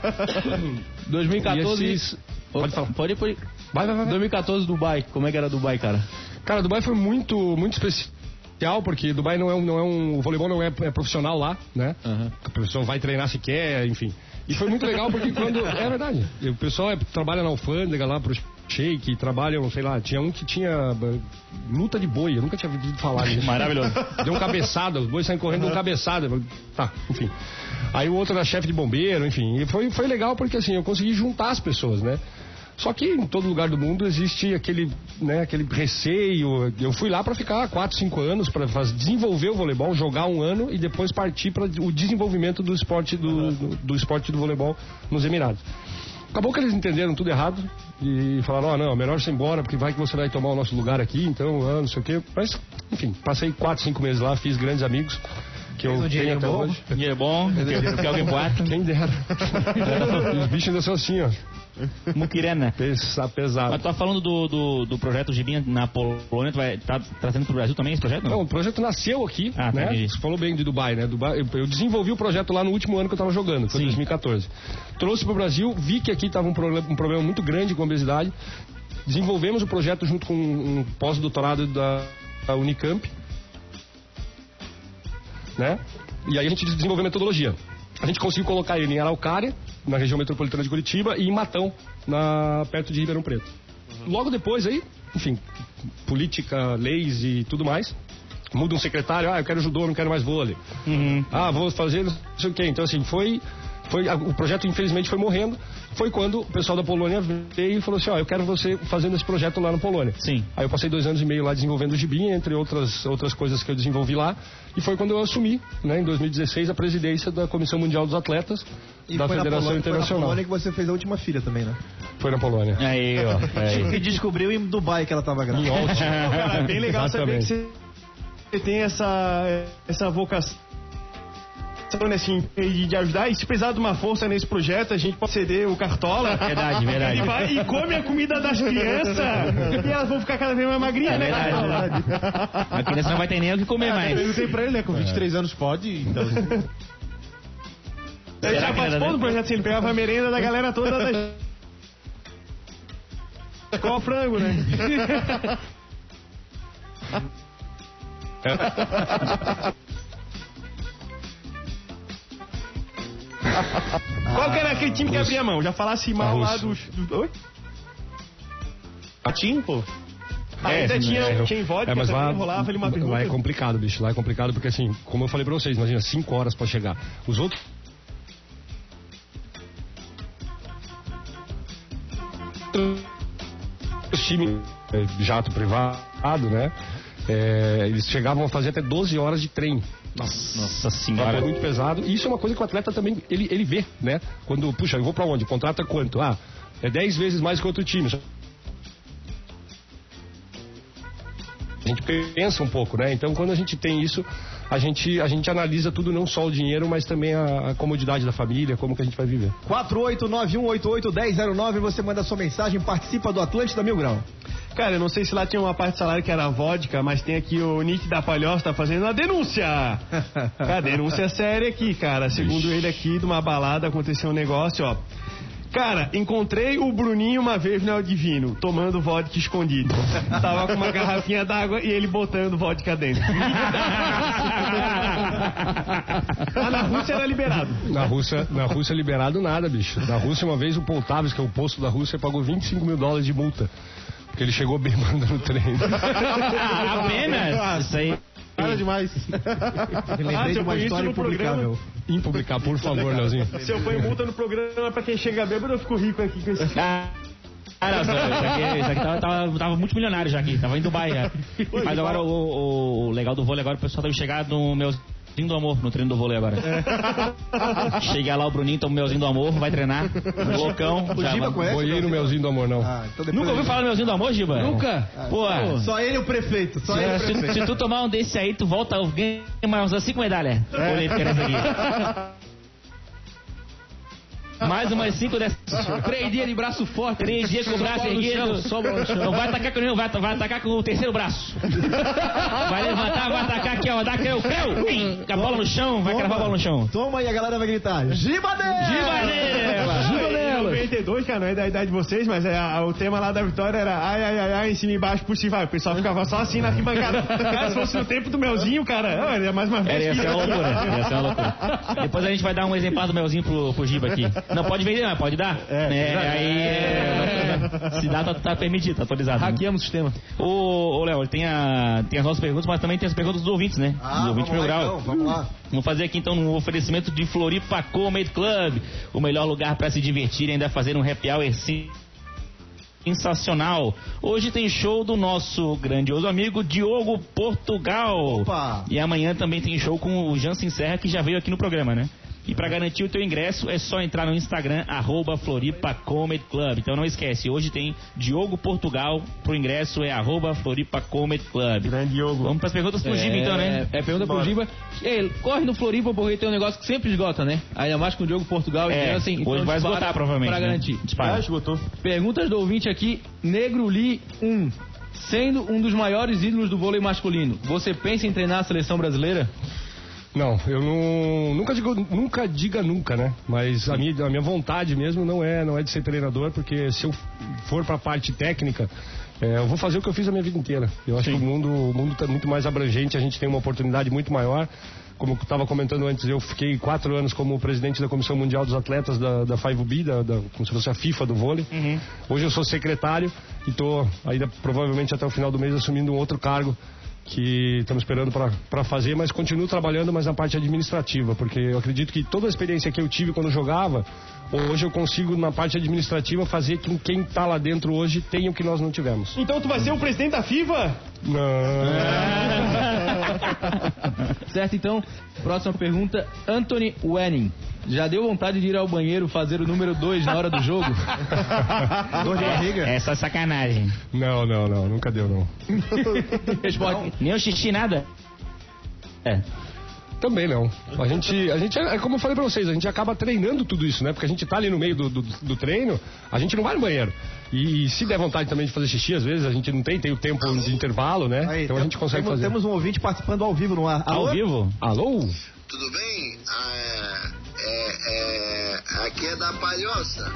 dois mil e quatorze. E esses- Pode falar. Pode ir, pode ir. Vai, vai, vai. dois mil e quatorze, Dubai. Como é que era Dubai, cara? Cara, Dubai foi muito, muito especial, porque Dubai não é um, não é um o voleibol não é, é profissional lá, né? Aham. A pessoa vai treinar se quer, enfim. E foi muito legal porque quando... É verdade. O pessoal é, trabalha na alfândega lá pro shake, trabalham, sei lá, tinha um que tinha uh, luta de boi, eu nunca tinha ouvido falar nisso. Maravilhoso. Deu um cabeçada, os bois saem correndo um cabeçada. Tá, enfim. Aí o outro era chefe de bombeiro, enfim. E foi, foi legal porque assim, eu consegui juntar as pessoas, né? Só que em todo lugar do mundo existe aquele, né, aquele receio. Eu fui lá para ficar quatro, cinco anos para desenvolver o voleibol, jogar um ano e depois partir para o desenvolvimento do esporte do, do, do esporte do voleibol nos Emirados. Acabou que eles entenderam tudo errado e falaram, ó, oh, não, é melhor você ir embora porque vai que você vai tomar o nosso lugar aqui, então, ah, não sei o quê. Mas, enfim, passei quatro, cinco meses lá, fiz grandes amigos que eu um tenho dinheiro até bom? hoje. Dinheiro bom, que, que alguém boata. Quem dera. E os bichos ainda são assim, ó. Muquirana. Pesa, pesado. Mas tu tá falando do, do, do projeto Gibinha na Polônia, tu vai tá trazendo pro Brasil também esse projeto? Não, o projeto nasceu aqui, Ah, né? entendi. Você falou bem de Dubai, né? Dubai, eu, eu desenvolvi o projeto lá no último ano que eu estava jogando, que foi Sim. dois mil e quatorze. Trouxe para o Brasil, vi que aqui estava um problema, um problema muito grande com a obesidade. Desenvolvemos o projeto junto com um pós-doutorado da, da Unicamp, né? E aí a gente desenvolveu a metodologia. A gente conseguiu colocar ele em Araucária, na região metropolitana de Curitiba, e em Matão, na, perto de Ribeirão Preto. Logo depois aí, enfim, política, leis e tudo mais. Muda um secretário, ah, eu quero judô, não quero mais vôlei. Uhum. Ah, vou fazer não sei o quê. Então, assim, foi... Foi, a- o projeto, infelizmente, foi morrendo. Foi quando o pessoal da Polônia veio e falou assim, ó, eu quero você fazendo esse projeto lá na Polônia. Sim. Aí eu passei dois anos e meio lá desenvolvendo o Gibinha, entre outras, outras coisas que eu desenvolvi lá. E foi quando eu assumi, né, em dois mil e dezesseis, a presidência da Comissão Mundial dos Atletas E da foi na Federação Polônia, Internacional. Foi na Polônia que você fez a última filha também, né? Foi na Polônia. Aí, ó. Aí. E descobriu em Dubai que ela tava grávida. Em Holt. Cara, é bem legal saber que Exatamente. você, você tem essa, essa vocação, né, assim, de, de ajudar. E se precisar de uma força nesse projeto, a gente pode ceder o Cartola. Verdade, verdade. Ele vai e come a comida das crianças. E elas vão ficar cada vez mais magrinhas, É né? verdade. A criança não vai ter nem o que comer Eu mais. perguntei pra ele, né? Com vinte e três anos pode, então... Ele Será já que participou ainda- do projeto, assim, ele pegava a merenda da galera toda da... Com o frango, né? Qual que era aquele time que abria a mão? Já falasse mal lá dos... dos... Oi? Patinho, pô. Ainda tinha, é, tinha vodka, é, mas também lá, rolava ali uma lá é pergunta. complicado, bicho. Lá é complicado porque, assim, como eu falei pra vocês, imagina, cinco horas pra chegar. Os outros... Os times, é, jato privado, né? É, eles chegavam a fazer até doze horas de trem Nossa, Nossa senhora. É muito pesado. E isso é uma coisa que o atleta também, ele, ele vê, né? Quando, puxa, eu vou pra onde? Contrata quanto? Ah, é dez vezes mais que outro time. A gente pensa um pouco, né? Então, quando a gente tem isso, a gente, a gente analisa tudo, não só o dinheiro, mas também a, a comodidade da família, como que a gente vai viver. quatro oito nove um oito oito um zero zero nove, você manda sua mensagem, participa do Atlântida Mil Grau. Cara, eu não sei se lá tinha uma parte do salário que era vodka, mas tem aqui o Nick da Palhoça tá fazendo a denúncia. Cara, denúncia séria aqui, cara. Segundo ele aqui, de uma balada, aconteceu um negócio, ó. Cara, encontrei o Bruninho uma vez no El Divino, tomando vodka escondido. Tava com uma garrafinha d'água e ele botando vodka dentro. Lá na Rússia era liberado. Na Rússia, na Rússia liberado nada, bicho. Na Rússia, uma vez o Poltavas, que é o posto da Rússia, pagou vinte e cinco mil dólares de multa. Porque ele chegou bêbado no treino. Apenas? Isso aí. Para demais. Eu lembrei de uma história impublicável. Impublicar, por favor, Leozinho. Se eu ponho multa no programa pra quem chega bêbado, eu fico rico aqui com esse... Ah, não, isso aqui, isso aqui tava, tava, tava multimilionário já aqui, tava em Dubai já. Mas agora o, o, o legal do vôlei agora, o pessoal deve chegar no meu do amor no treino do vôlei agora. É. Chega lá o Bruninho, toma o melzinho do amor, vai treinar. Loucão. O Giba conhece? Vou ir no melzinho do amor, não. Ah, então Nunca ouviu falar do melzinho do amor, Giba? É. Nunca? Ah, Pô, pô, só ele e o prefeito. Só se, ele se, prefeito. se tu tomar um desse aí, tu volta, ganha mais umas cinco medalhas. É. Por ele querer aqui. Mais umas cinco dessas. Três dias de braço forte. Três dias com o braço erguido. Só bola no chão. Não vai atacar com nenhum, vai, vai atacar com o terceiro braço. Vai levantar, vai atacar aqui, ó. Dá creu, creu. Com a bola no chão, vai cravar a bola no chão. Toma aí, a galera vai gritar. Gibanela! Gibanela! Gibanela! noventa e dois, cara, não é da idade de vocês, mas é, a, o tema lá da vitória era ai, ai, ai, ai, em cima e embaixo, possível. O pessoal ficava só assim na arquibancada. Cara, se fosse no tempo do Melzinho, cara, era mais uma vez. Ia ser uma loucura, ia ser uma loucura. Depois a gente vai dar um exemplar do Melzinho pro, pro Giba aqui. Não pode vender, mas pode dar. É, é aí é, se dá, tá, tá permitido, tá autorizado. Hackeamos o sistema. Ô, ô Léo, tem, a, tem as nossas perguntas, mas também tem as perguntas dos ouvintes, né? Ah, dos ouvintes Mil Grau. Então, vamos lá. Vamos fazer aqui então um oferecimento de Floripa Comedy Club, o melhor lugar para se divertir e ainda fazer um happy hour sensacional. Hoje tem show do nosso grandioso amigo Diogo Portugal. Opa. E amanhã também tem show com o Jansen Serra, que já veio aqui no programa, né? E para garantir o teu ingresso é só entrar no Instagram, arroba Floripa Comedy Club. Então não esquece, hoje tem Diogo Portugal, pro ingresso é arroba Floripa Comedy Club. Grande Diogo. Vamos pras perguntas pro é, Giba então, né? É, pergunta pro Giba. Ei, corre no Floripa porque tem um negócio que sempre esgota, né? Ainda mais com o Diogo Portugal. É, assim, hoje então vai esgotar provavelmente, pra né? garantir. Dispara. Ah, esgotou. Perguntas do ouvinte aqui, Negro Lee um. Sendo um dos maiores ídolos do vôlei masculino, você pensa em treinar a seleção brasileira? Não, eu não, nunca digo, nunca diga nunca, né? Mas a minha, a minha vontade mesmo não é, não é de ser treinador, porque se eu for para a parte técnica, é, eu vou fazer o que eu fiz a minha vida inteira. Eu acho Sim. que o mundo, o mundo está muito mais abrangente, a gente tem uma oportunidade muito maior. Como eu estava comentando antes, eu fiquei quatro anos como presidente da Comissão Mundial dos Atletas da, da cinco B, da, da, como se fosse a FIFA do vôlei. Uhum. Hoje eu sou secretário e estou ainda provavelmente até o final do mês assumindo um outro cargo que estamos esperando para fazer, mas continuo trabalhando mais na parte administrativa, porque eu acredito que toda a experiência que eu tive quando jogava, hoje eu consigo na parte administrativa fazer que quem está lá dentro hoje tenha o que nós não tivemos. Então tu vai ser o presidente da FIFA? Não. Certo, então, próxima pergunta, Anthony Wenning. Já deu vontade de ir ao banheiro fazer o número dois na hora do jogo? Dor de barriga? Essa é sacanagem. Não, não, não, nunca deu não. Não. Nem o xixi, nada? É. Também não. A gente, a gente, é como eu falei pra vocês, a gente acaba treinando tudo isso, né? Porque a gente tá ali no meio do, do, do treino, a gente não vai no banheiro. E, e se der vontade também de fazer xixi, às vezes a gente não tem, tem o tempo de intervalo, né? Aí, então tem, a gente consegue temos, fazer. Temos um ouvinte participando ao vivo no ar. Alô? Ao vivo? Alô? Tudo bem? Ah, é, é, aqui é da Palhoça.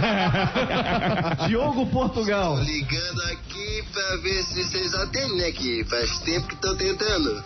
Diogo Portugal. Tô ligando aqui pra ver se vocês atendem, né? Que faz tempo que estão tentando.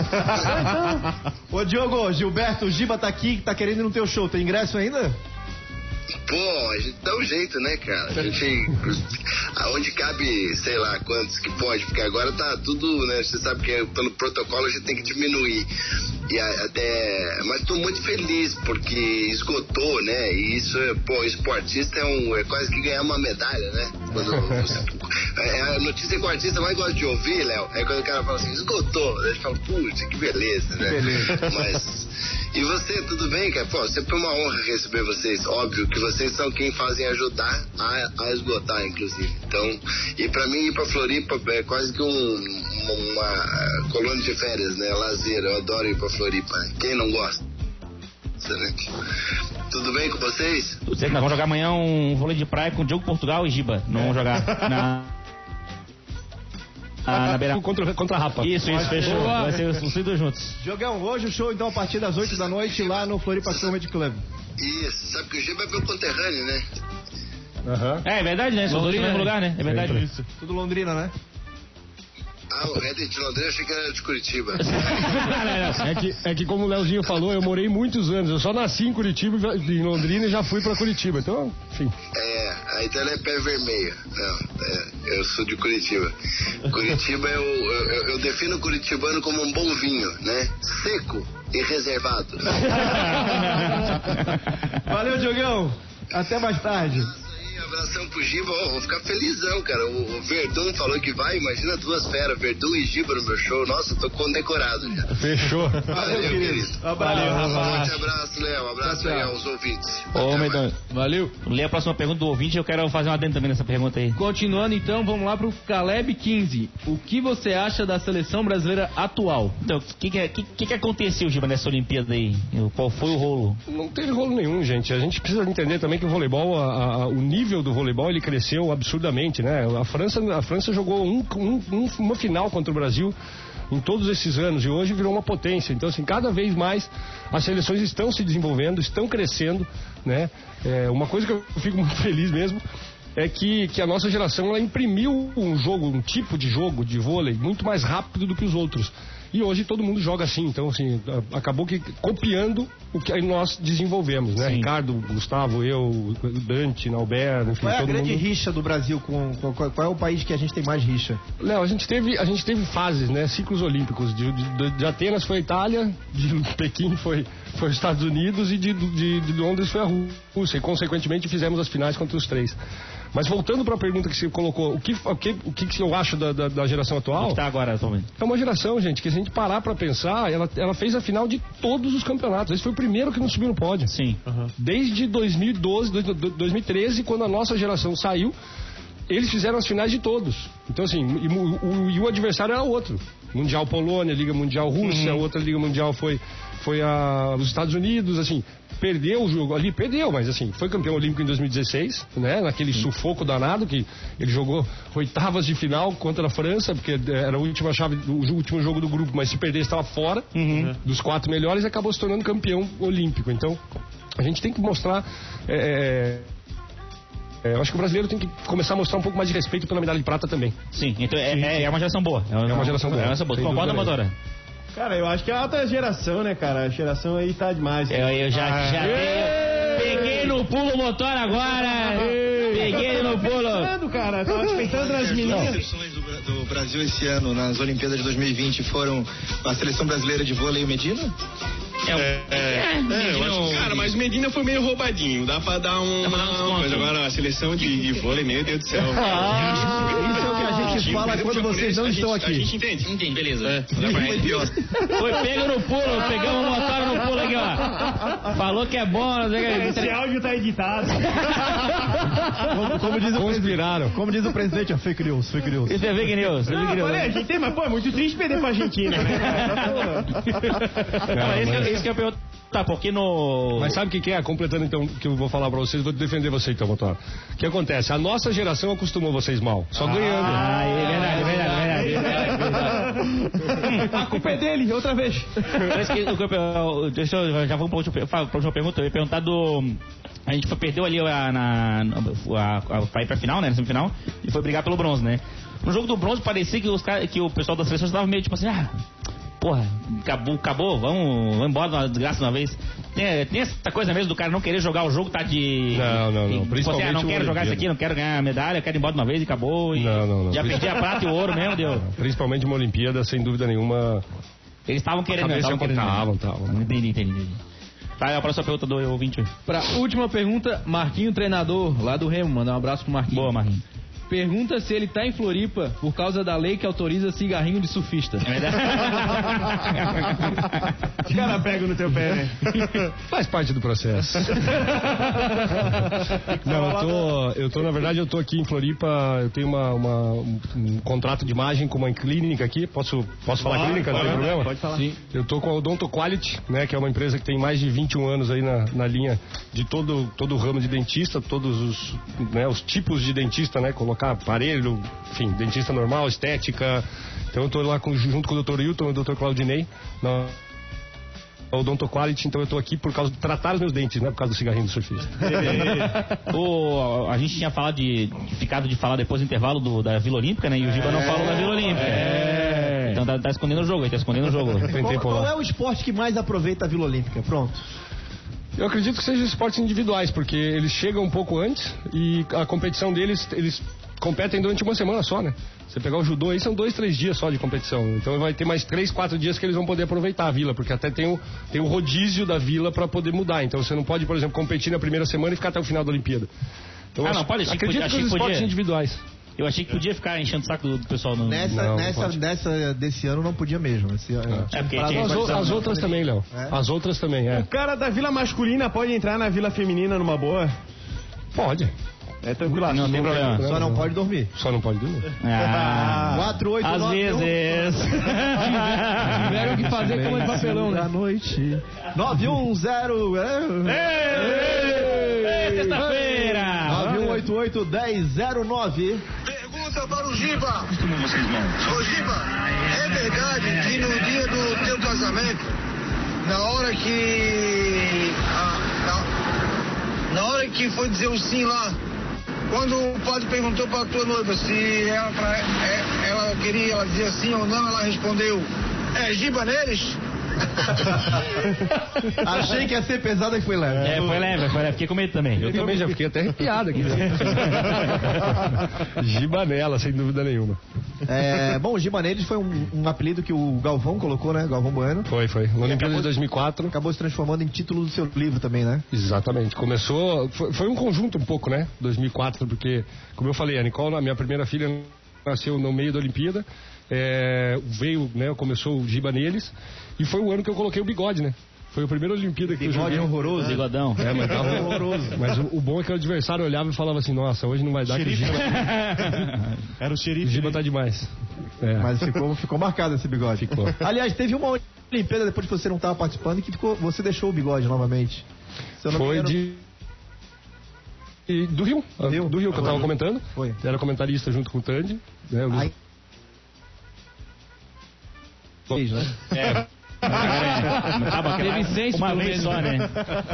Ô Diogo, Gilberto, o Giba tá aqui, tá querendo ir no teu show. Tem ingresso ainda? Pô, a gente dá um jeito, né, cara? A gente, aonde cabe, sei lá, quantos que pode, porque agora tá tudo, né? Você sabe que pelo protocolo a gente tem que diminuir. E a, até, mas tô muito feliz porque esgotou, né? E isso, é, pô, esportista é, um, é quase que ganhar uma medalha, né? Quando você É a notícia que o artista mais gosta de ouvir, Léo, é quando o cara fala assim, esgotou. A gente fala, putz, que beleza, né? Beleza. Mas, e você, tudo bem, cara? Pô, sempre uma honra receber vocês. Óbvio que vocês são quem fazem ajudar a, a esgotar, inclusive. Então, e pra mim ir pra Floripa é quase que um, uma colônia de férias, né? Lazer, eu adoro ir pra Floripa. Quem não gosta? Tudo bem com vocês? Tudo certo, nós vamos jogar amanhã um vôlei de praia com o Diogo Portugal e Giba. Não vamos jogar na... Ah, na beira... contra, contra a Rapa. Isso, isso, fechou. Boa. Vai ser os dois juntos. Jogão, hoje o show então a partir das oito da noite lá no Floripa Comedy Club. Isso, sabe que o Giba é meu conterrâneo, né? Uhum. É, é verdade, né? São dois no mesmo lugar, né? É verdade. É isso. Tudo Londrina, né? Ah, o Red de Londrina, eu achei que era de Curitiba. é, que, é que como o Leozinho falou, eu morei muitos anos. Eu só nasci em Curitiba, em Londrina e já fui pra Curitiba. Então, enfim. É, a então é pé vermelho. Não, é, eu sou de Curitiba. Curitiba, eu, eu, eu defino o curitibano como um bom vinho, né? Seco e reservado. Valeu, Diogão. Até mais tarde. Abração pro Giba, oh, vou ficar felizão, cara. O, o Verdun falou que vai, imagina duas feras, Verdun e Giba no meu show. Nossa, eu tô condecorado já. Fechou. Valeu, Valeu querido. querido. Valeu, rapaz. Um forte abraço, Léo. Um abraço aí aos ouvintes. Ô, Medon, valeu. Lê a próxima pergunta do ouvinte, eu quero fazer uma adendo também nessa pergunta aí. Continuando então, vamos lá pro Caleb quinze. O que você acha da seleção brasileira atual? Então, o que que, que que aconteceu, Giba, nessa Olimpíada aí? Qual foi o rolo? Não teve rolo nenhum, gente. A gente precisa entender também que o voleibol, a, a, o nível do voleibol, ele cresceu absurdamente, né? A França, a França jogou um, um, uma final contra o Brasil em todos esses anos e hoje virou uma potência. Então, assim, cada vez mais as seleções estão se desenvolvendo, estão crescendo, né? É, uma coisa que eu fico muito feliz mesmo é que, que a nossa geração ela imprimiu um jogo, um tipo de jogo de vôlei muito mais rápido do que os outros. E hoje todo mundo joga assim, então assim, acabou que copiando o que nós desenvolvemos, né? Sim. Ricardo, Gustavo, eu, Dante, Nauber, enfim, qual é a todo grande mundo... rixa do Brasil com, com qual, qual é o país que a gente tem mais rixa? Léo, a gente teve, a gente teve fases, né? Ciclos olímpicos. De, de, de Atenas foi a Itália, de Pequim foi, foi os Estados Unidos e de, de, de Londres foi a Rússia. E consequentemente fizemos as finais contra os três. Mas voltando para a pergunta que você colocou, o que, o que, o que eu acho da, da, da geração atual? O que está agora atualmente? É uma geração, gente, que se a gente parar para pensar, ela, ela fez a final de todos os campeonatos. Esse foi o primeiro que não subiu no pódio. Sim. Uhum. Desde dois mil e doze, dois mil e treze, quando a nossa geração saiu, eles fizeram as finais de todos. Então, assim, e o, o, e o adversário era outro. Mundial Polônia, Liga Mundial Rússia, uhum. outra Liga Mundial foi, foi a, os Estados Unidos, assim... Perdeu o jogo ali, perdeu, mas assim, foi campeão olímpico em dois mil e dezesseis, né? Naquele Sim. sufoco danado que ele jogou oitavas de final contra a França, porque era a última chave, o último jogo do grupo, mas se perder estava fora uhum. dos quatro melhores e acabou se tornando campeão olímpico. Então, a gente tem que mostrar. É, é, eu acho que o brasileiro tem que começar a mostrar um pouco mais de respeito pela medalha de prata também. Sim, então é, é, é uma geração boa. É uma, é uma geração boa. É uma geração boa. Concorda, Motora? Cara, eu acho que é a outra geração, né, cara? A geração aí tá demais. Eu, eu já, ah, já tenho, peguei no pulo o motor agora. Peguei no pulo. Cara, tava respeitando as meninas. As seleções do, do Brasil esse ano nas Olimpíadas de dois mil e vinte foram a seleção brasileira de vôlei e o Medina? É, é, é, é eu acho, cara, mas o Medina foi meio roubadinho. Dá pra dar um. Dá pra dar um mas agora a seleção de, de vôlei, meu Deus do céu. Ah, isso é o que a gente fala quando vocês não estão aqui. A gente entende, entende, beleza. É. Foi pior. Foi pego no pulo, pegamos o motor no pulo aqui, ó. Falou que é bom, não sei o que. Esse áudio tá editado. como, como, diz o Conspiraram. Como diz o presidente, é fake news, fake news. Isso é fake news. Não, fake news. Falei, a gente tem, mas pô, é muito triste perder pra Argentina, né? Não, isso, que, isso que eu pergunto. Tá, porque no... Mas sabe o que, que é? Completando então o que eu vou falar pra vocês, vou defender você então, Motor. O que acontece? A nossa geração acostumou vocês mal, só ah, ganhando. Ah, é verdade, é verdade, é verdade, é verdade. A culpa é dele, outra vez. Deixa eu, já vamos pra última, pra última pergunta, eu ia perguntar do... A gente foi, perdeu ali a, na, a, a, pra ir pra final, né, na semifinal, e foi brigar pelo bronze, né? No jogo do bronze parecia que, os, que o pessoal das seleções estava meio tipo assim, ah... Porra, acabou, acabou, vamos, vamos embora de uma desgraça de uma vez. Tem, tem essa coisa mesmo do cara não querer jogar o jogo, tá de... Não, não, não. E, principalmente você, ah, não quero jogar isso aqui, não quero ganhar a medalha, quero ir embora de uma vez e acabou. E não, não, não. Já perdi a prata e o ouro mesmo, deu. Principalmente uma Olimpíada, sem dúvida nenhuma. Eles estavam querendo, estavam querendo. Estavam, estavam. Entendi, entendi, entendi. Tá, a próxima pergunta do ouvinte. Pra última pergunta, Marquinho, treinador lá do Remo, mandar um abraço pro Marquinho. Boa, Marquinho. pergunta se ele tá em Floripa por causa da lei que autoriza cigarrinho de surfista. É verdade. Os caras pegam no teu pé, né? Faz parte do processo. Não, eu tô, eu tô, na verdade, eu tô aqui em Floripa, eu tenho uma, uma, um, um contrato de imagem com uma clínica aqui. Posso, posso falar Pode, clínica? Não tem pode, problema? pode falar. Sim. Eu tô com a Odonto Quality, né, que é uma empresa que tem mais de vinte e um anos aí na, na linha de todo, todo o ramo de dentista, todos os, né, os tipos de dentista, né, colocar aparelho, enfim, dentista normal, estética. Então eu tô lá com, junto com o doutor Hilton e o doutor Claudinei, na Odonto Quality, então eu tô aqui por causa de tratar os meus dentes, né, por causa do cigarrinho do surfista. o, a gente tinha falado de, ficado de falar depois do intervalo do, da Vila Olímpica, né, e o Giba não falou da Vila Olímpica. É. Então tá, tá escondendo o jogo aí, tá escondendo o jogo. Qual, qual é o esporte que mais aproveita a Vila Olímpica? Pronto. Eu acredito que sejam esportes individuais, porque eles chegam um pouco antes e a competição deles, eles competem durante uma semana só, né? Você pegar o judô aí, são dois, três dias só de competição. Então vai ter mais três, quatro dias que eles vão poder aproveitar a vila, porque até tem o, tem o rodízio da vila para poder mudar. Então você não pode, por exemplo, competir na primeira semana e ficar até o final da Olimpíada. Então, ah, acho, não, pode, achei acredito que, que, que os esportes podia. individuais. Eu achei que podia ficar enchendo o saco do, do pessoal. No... Nessa, não, nessa, não nessa desse ano não podia mesmo. Esse, é. É porque as, as, as outras também, Léo. É? As outras também, é. O cara da vila masculina pode entrar na vila feminina numa boa? Pode. É tranquilo, não tem problema. Só não, não pode dormir. Só não pode dormir. Ah, quatro, oito, às nove, vezes. Tiveram que fazer como de papelão, né? Da noite. nove um zero. É sexta-feira. nove um oito oito, um zero zero nove. Pergunta para o Giba. Ô Giba, é verdade que no dia do teu casamento, na hora que... Ah, na, na hora que foi dizer o sim lá, quando o padre perguntou para a tua noiva se ela, pra, é, ela queria, ela dizia sim ou não, ela respondeu, é Giba neles? Achei que ia ser pesada e foi leve. É, foi leve, foi leve. Fiquei com medo também. Eu também já fiquei até arrepiado aqui. Gibanela, sem dúvida nenhuma. É, bom, o Gibaneles foi um, um apelido que o Galvão colocou, né? Galvão Bueno. Foi, foi. Na Olimpíada de dois mil e quatro. Acabou se transformando em título do seu livro também, né? Exatamente. Começou... Foi, foi um conjunto um pouco, né? dois mil e quatro, porque, como eu falei, a Nicole, a minha primeira filha, nasceu no meio da Olimpíada. É, veio, né? Começou o Giba neles. E foi o ano que eu coloquei o bigode, né? Foi a primeira Olimpíada que bigode eu joguei. horroroso. Bigodão. É, mas tava horroroso. Mas o, o bom é que o adversário olhava e falava assim, nossa, hoje não vai dar Xerife. que o Giba... Era o xerife. O Giba tá demais. É. Mas ficou, ficou marcado esse bigode. Ficou. Aliás, teve uma Olimpíada depois que você não estava participando que ficou, você deixou o bigode novamente. Foi de... E do Rio, do Rio, do Rio que eu tava comentando. Foi. Era comentarista junto com o Tandy. Né, o... Ai... Fez, né? É. Acaba Teve seis uma pelo vez menos. só, né?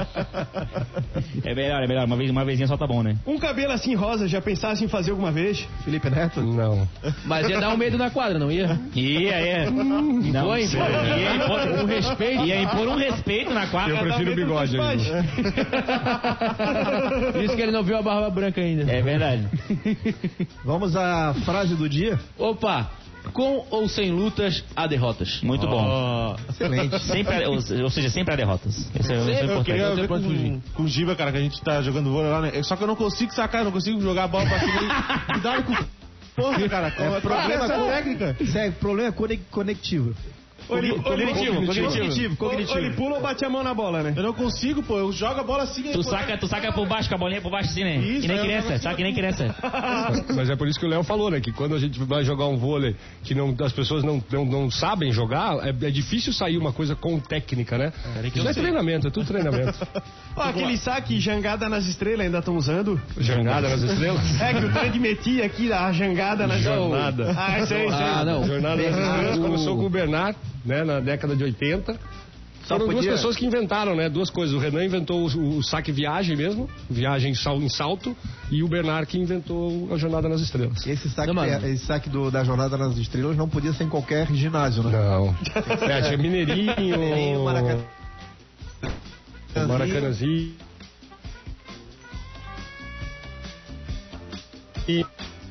É melhor, é melhor. Uma, vez, uma vezinha só tá bom, né? Um cabelo assim rosa, já pensasse em fazer alguma vez? Felipe Neto? Não. Mas ia dar um medo na quadra, não ia? Ia, ia. Não, Foi? ia impor Um respeito. Ia impor um respeito na quadra. Eu prefiro o bigode ainda. Isso que ele não viu a barba branca ainda. É verdade. Vamos à frase do dia? Opa! Com ou sem lutas, há derrotas. Muito bom. Excelente. Sempre, há- ou, ou seja, sempre há derrotas. Esse é, esse é Sempre, Eu importante. queria Não tem ver pra onde fugir. com, com o Giba, cara, que a gente tá jogando vôlei lá, né? Só que eu não consigo sacar, eu não consigo jogar a bola pra cima. e- Cuidado com... Porra, cara, é problema com técnica. Isso é problema conec- conectivo. Ou ele, ou ele- Cognitivo, Cognitivo, ou- ou cognitivo. ele pula ou bate a mão na bola, né? Eu não consigo, pô, eu jogo a bola assim... Tu saca, tu saca por baixo, com a bolinha por baixo assim, né? Isso, que nem é, criança, eu- saca que nem criança. Mas é por isso que o Léo falou, né? Que quando a gente vai jogar um vôlei que não, as pessoas não, não, não sabem jogar, é, é difícil sair uma coisa com técnica, né? Isso é treinamento, é tudo treinamento. Ó, aquele saque jangada nas estrelas ainda estão usando. Jangada nas estrelas? É que o Tandy metia aqui a jangada nas Jornada. Ah, isso aí, isso aí. Ah, não. Jornada nas estrelas começou com o Bernard, né? Na década de oitenta. Só Foram duas podia- pessoas que inventaram, né? Duas coisas. O Renan inventou o, o saque viagem mesmo, viagem em sal- em salto, e o Bernard que inventou a Jornada nas Estrelas. Esse saque, Não, mas- esse saque do- da Jornada nas Estrelas não podia ser em qualquer ginásio, né? Não. É, tinha Mineirinho, Mineirinho, Maracanã. Maracanãzinho. E.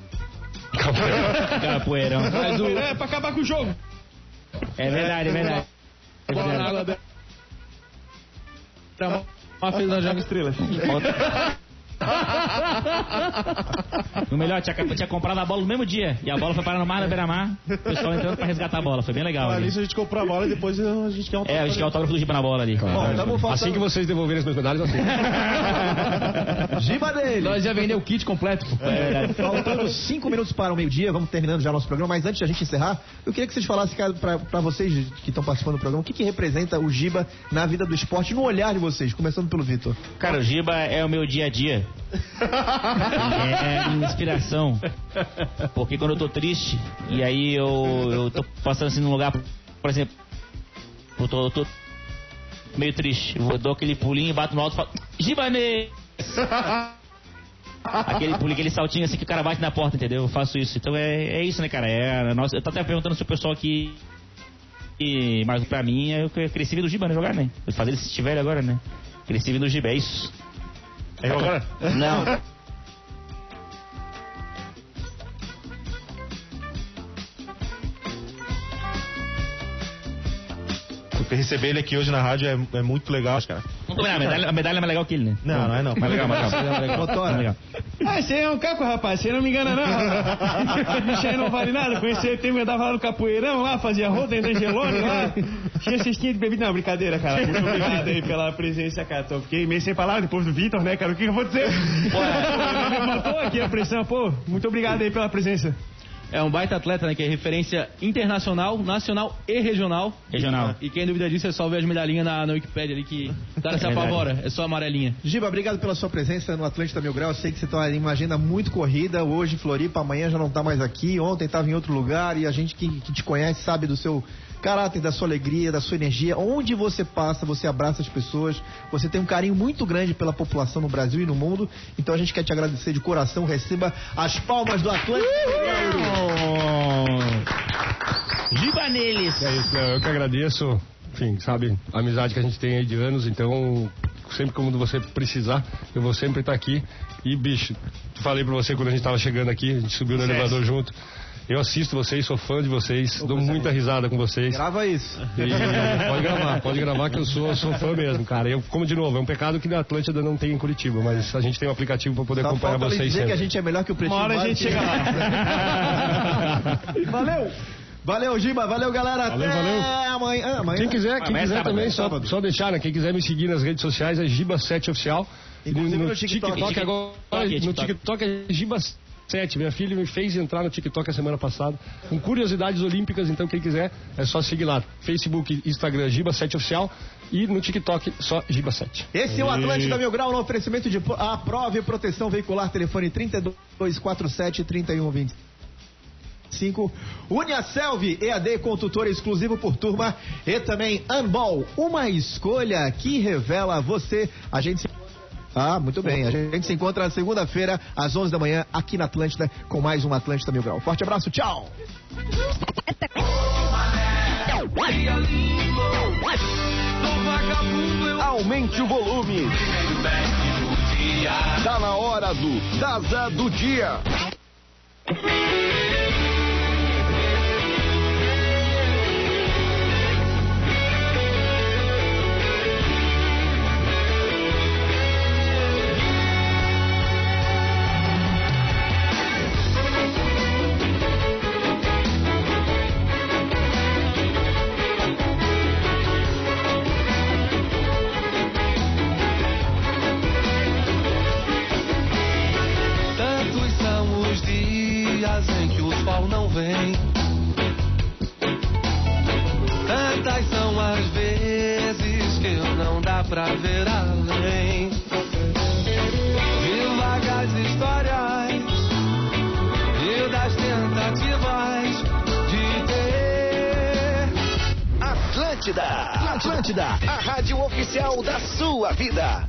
Capoeirão. Mas o... É, pra acabar com o jogo. É verdade, é verdade. É Bola na verdade. água da... Uma fez na joga estrelas. O melhor, tinha, tinha comprado a bola no mesmo dia. E a bola foi parar no mar, na beira-mar. O pessoal entrando pra resgatar a bola. Foi bem legal. Ali, se a gente comprar a bola e depois a gente quer um É, a gente quer o autógrafo do Giba na bola ali. Claro. Bom, faltando... Assim que vocês devolverem as minhas medalhas, eu tenho. Giba dele. Nós já vendeu o kit completo. É, faltando cinco minutos para o meio-dia, vamos terminando já nosso programa. Mas antes de a gente encerrar, eu queria que vocês falassem para vocês que estão participando do programa, o que, que representa o Giba na vida do esporte, no olhar de vocês, começando pelo Vitor. Cara, o Giba é o meu dia a dia. É a minha inspiração. Porque quando eu tô triste, e aí eu, eu tô passando assim num lugar, por exemplo, eu tô, eu tô meio triste, eu dou aquele pulinho, bato no alto e falo, Gibanês! Aquele pulinho, aquele saltinho assim que o cara bate na porta, entendeu? Eu faço isso. Então é, é isso, né, cara? É, nossa, eu tô até perguntando se o pessoal aqui. E, mas pra mim, eu cresci vendo o Giba, né? Jogar, né? Vou fazer ele se estiver agora, né? Cresci vendo o Giba, é isso. É agora? Não. Receber ele aqui hoje na rádio é, é muito legal, cara. Não, a, medalha, a medalha é mais legal que ele, né? Não, não é não. Mais legal, mais legal. Mais legal. Mais legal. Ah, você é um caco, rapaz. Você não me engana, não. Bicho aí não vale nada. Conheci ele, eu tava lá no capoeirão, lá, fazia roda, dentro da Gelone, lá. Tinha cestinha de bebida. Não, brincadeira, cara. Muito obrigado aí pela presença, cara. Tô, fiquei meio sem palavras depois do Vitor, né, cara? O que, que eu vou dizer? Pô, ele matou aqui a pressão. Pô, muito obrigado aí pela presença. É um baita atleta, né? Que é referência internacional, nacional e regional. Regional. E quem duvida disso é só ver as medalhinhas na, na Wikipédia ali que o cara se apavora. É só amarelinha. Giba, obrigado pela sua presença no Atlântida Mil Grau. Eu sei que você está em uma agenda muito corrida. Hoje, Floripa, amanhã já não está mais aqui. Ontem estava em outro lugar. E a gente que, que te conhece sabe do seu caráter, da sua alegria, da sua energia. Onde você passa, você abraça as pessoas. Você tem um carinho muito grande pela população no Brasil e no mundo. Então a gente quer te agradecer de coração. Receba as palmas do Atlântida Mil Grau. Giba neles! É isso, eu que agradeço. Enfim, sabe, a amizade que a gente tem aí de anos. Então, sempre quando você precisar, eu vou sempre estar aqui. E, bicho, falei pra você quando a gente tava chegando aqui, a gente subiu no Certo. elevador junto. Eu assisto vocês, sou fã de vocês, dou muita risada com vocês. Grava isso. E pode gravar, pode gravar que eu sou, sou fã mesmo, cara. Eu, como de novo, é um pecado que na Atlântida não tem em Curitiba, mas a gente tem um aplicativo para poder Só acompanhar falta vocês dizer sempre. que a gente é melhor que o Pretinho. Uma hora a gente chega lá. Valeu! Valeu, Giba, valeu, galera. Valeu, Até valeu. amanhã. amanhã. Quem quiser, quem Amanhã quiser sábado, também, é só, sábado. só deixar, né? Quem quiser me seguir nas redes sociais é Giba sete Oficial. Inclusive no, no TikTok. TikTok agora, TikTok. no TikTok é Giba sete. Minha filha me fez entrar no TikTok a semana passada com curiosidades olímpicas, então quem quiser é só seguir lá. Facebook, Instagram, Giba sete Oficial e no TikTok só Giba sete. Esse é o Atlântida Mil Grau no oferecimento de a prova e proteção veicular, telefone trinta e dois quarenta e sete, trinta e um vinte e cinco. Uniaselv, E A D com tutor exclusivo por turma e também Handball, uma escolha que revela você. A gente se... Ah, muito bem. A gente se encontra na segunda-feira às onze da manhã aqui na Atlântida com mais um Atlântida Mil Grau. Forte abraço, tchau! Aumente o volume. Tá na hora do Daza do Dia. Em que o sol não vem, tantas são as vezes que não dá pra ver além de vagas histórias e das tentativas de ter. Atlântida, Atlântida, a rádio oficial da sua vida.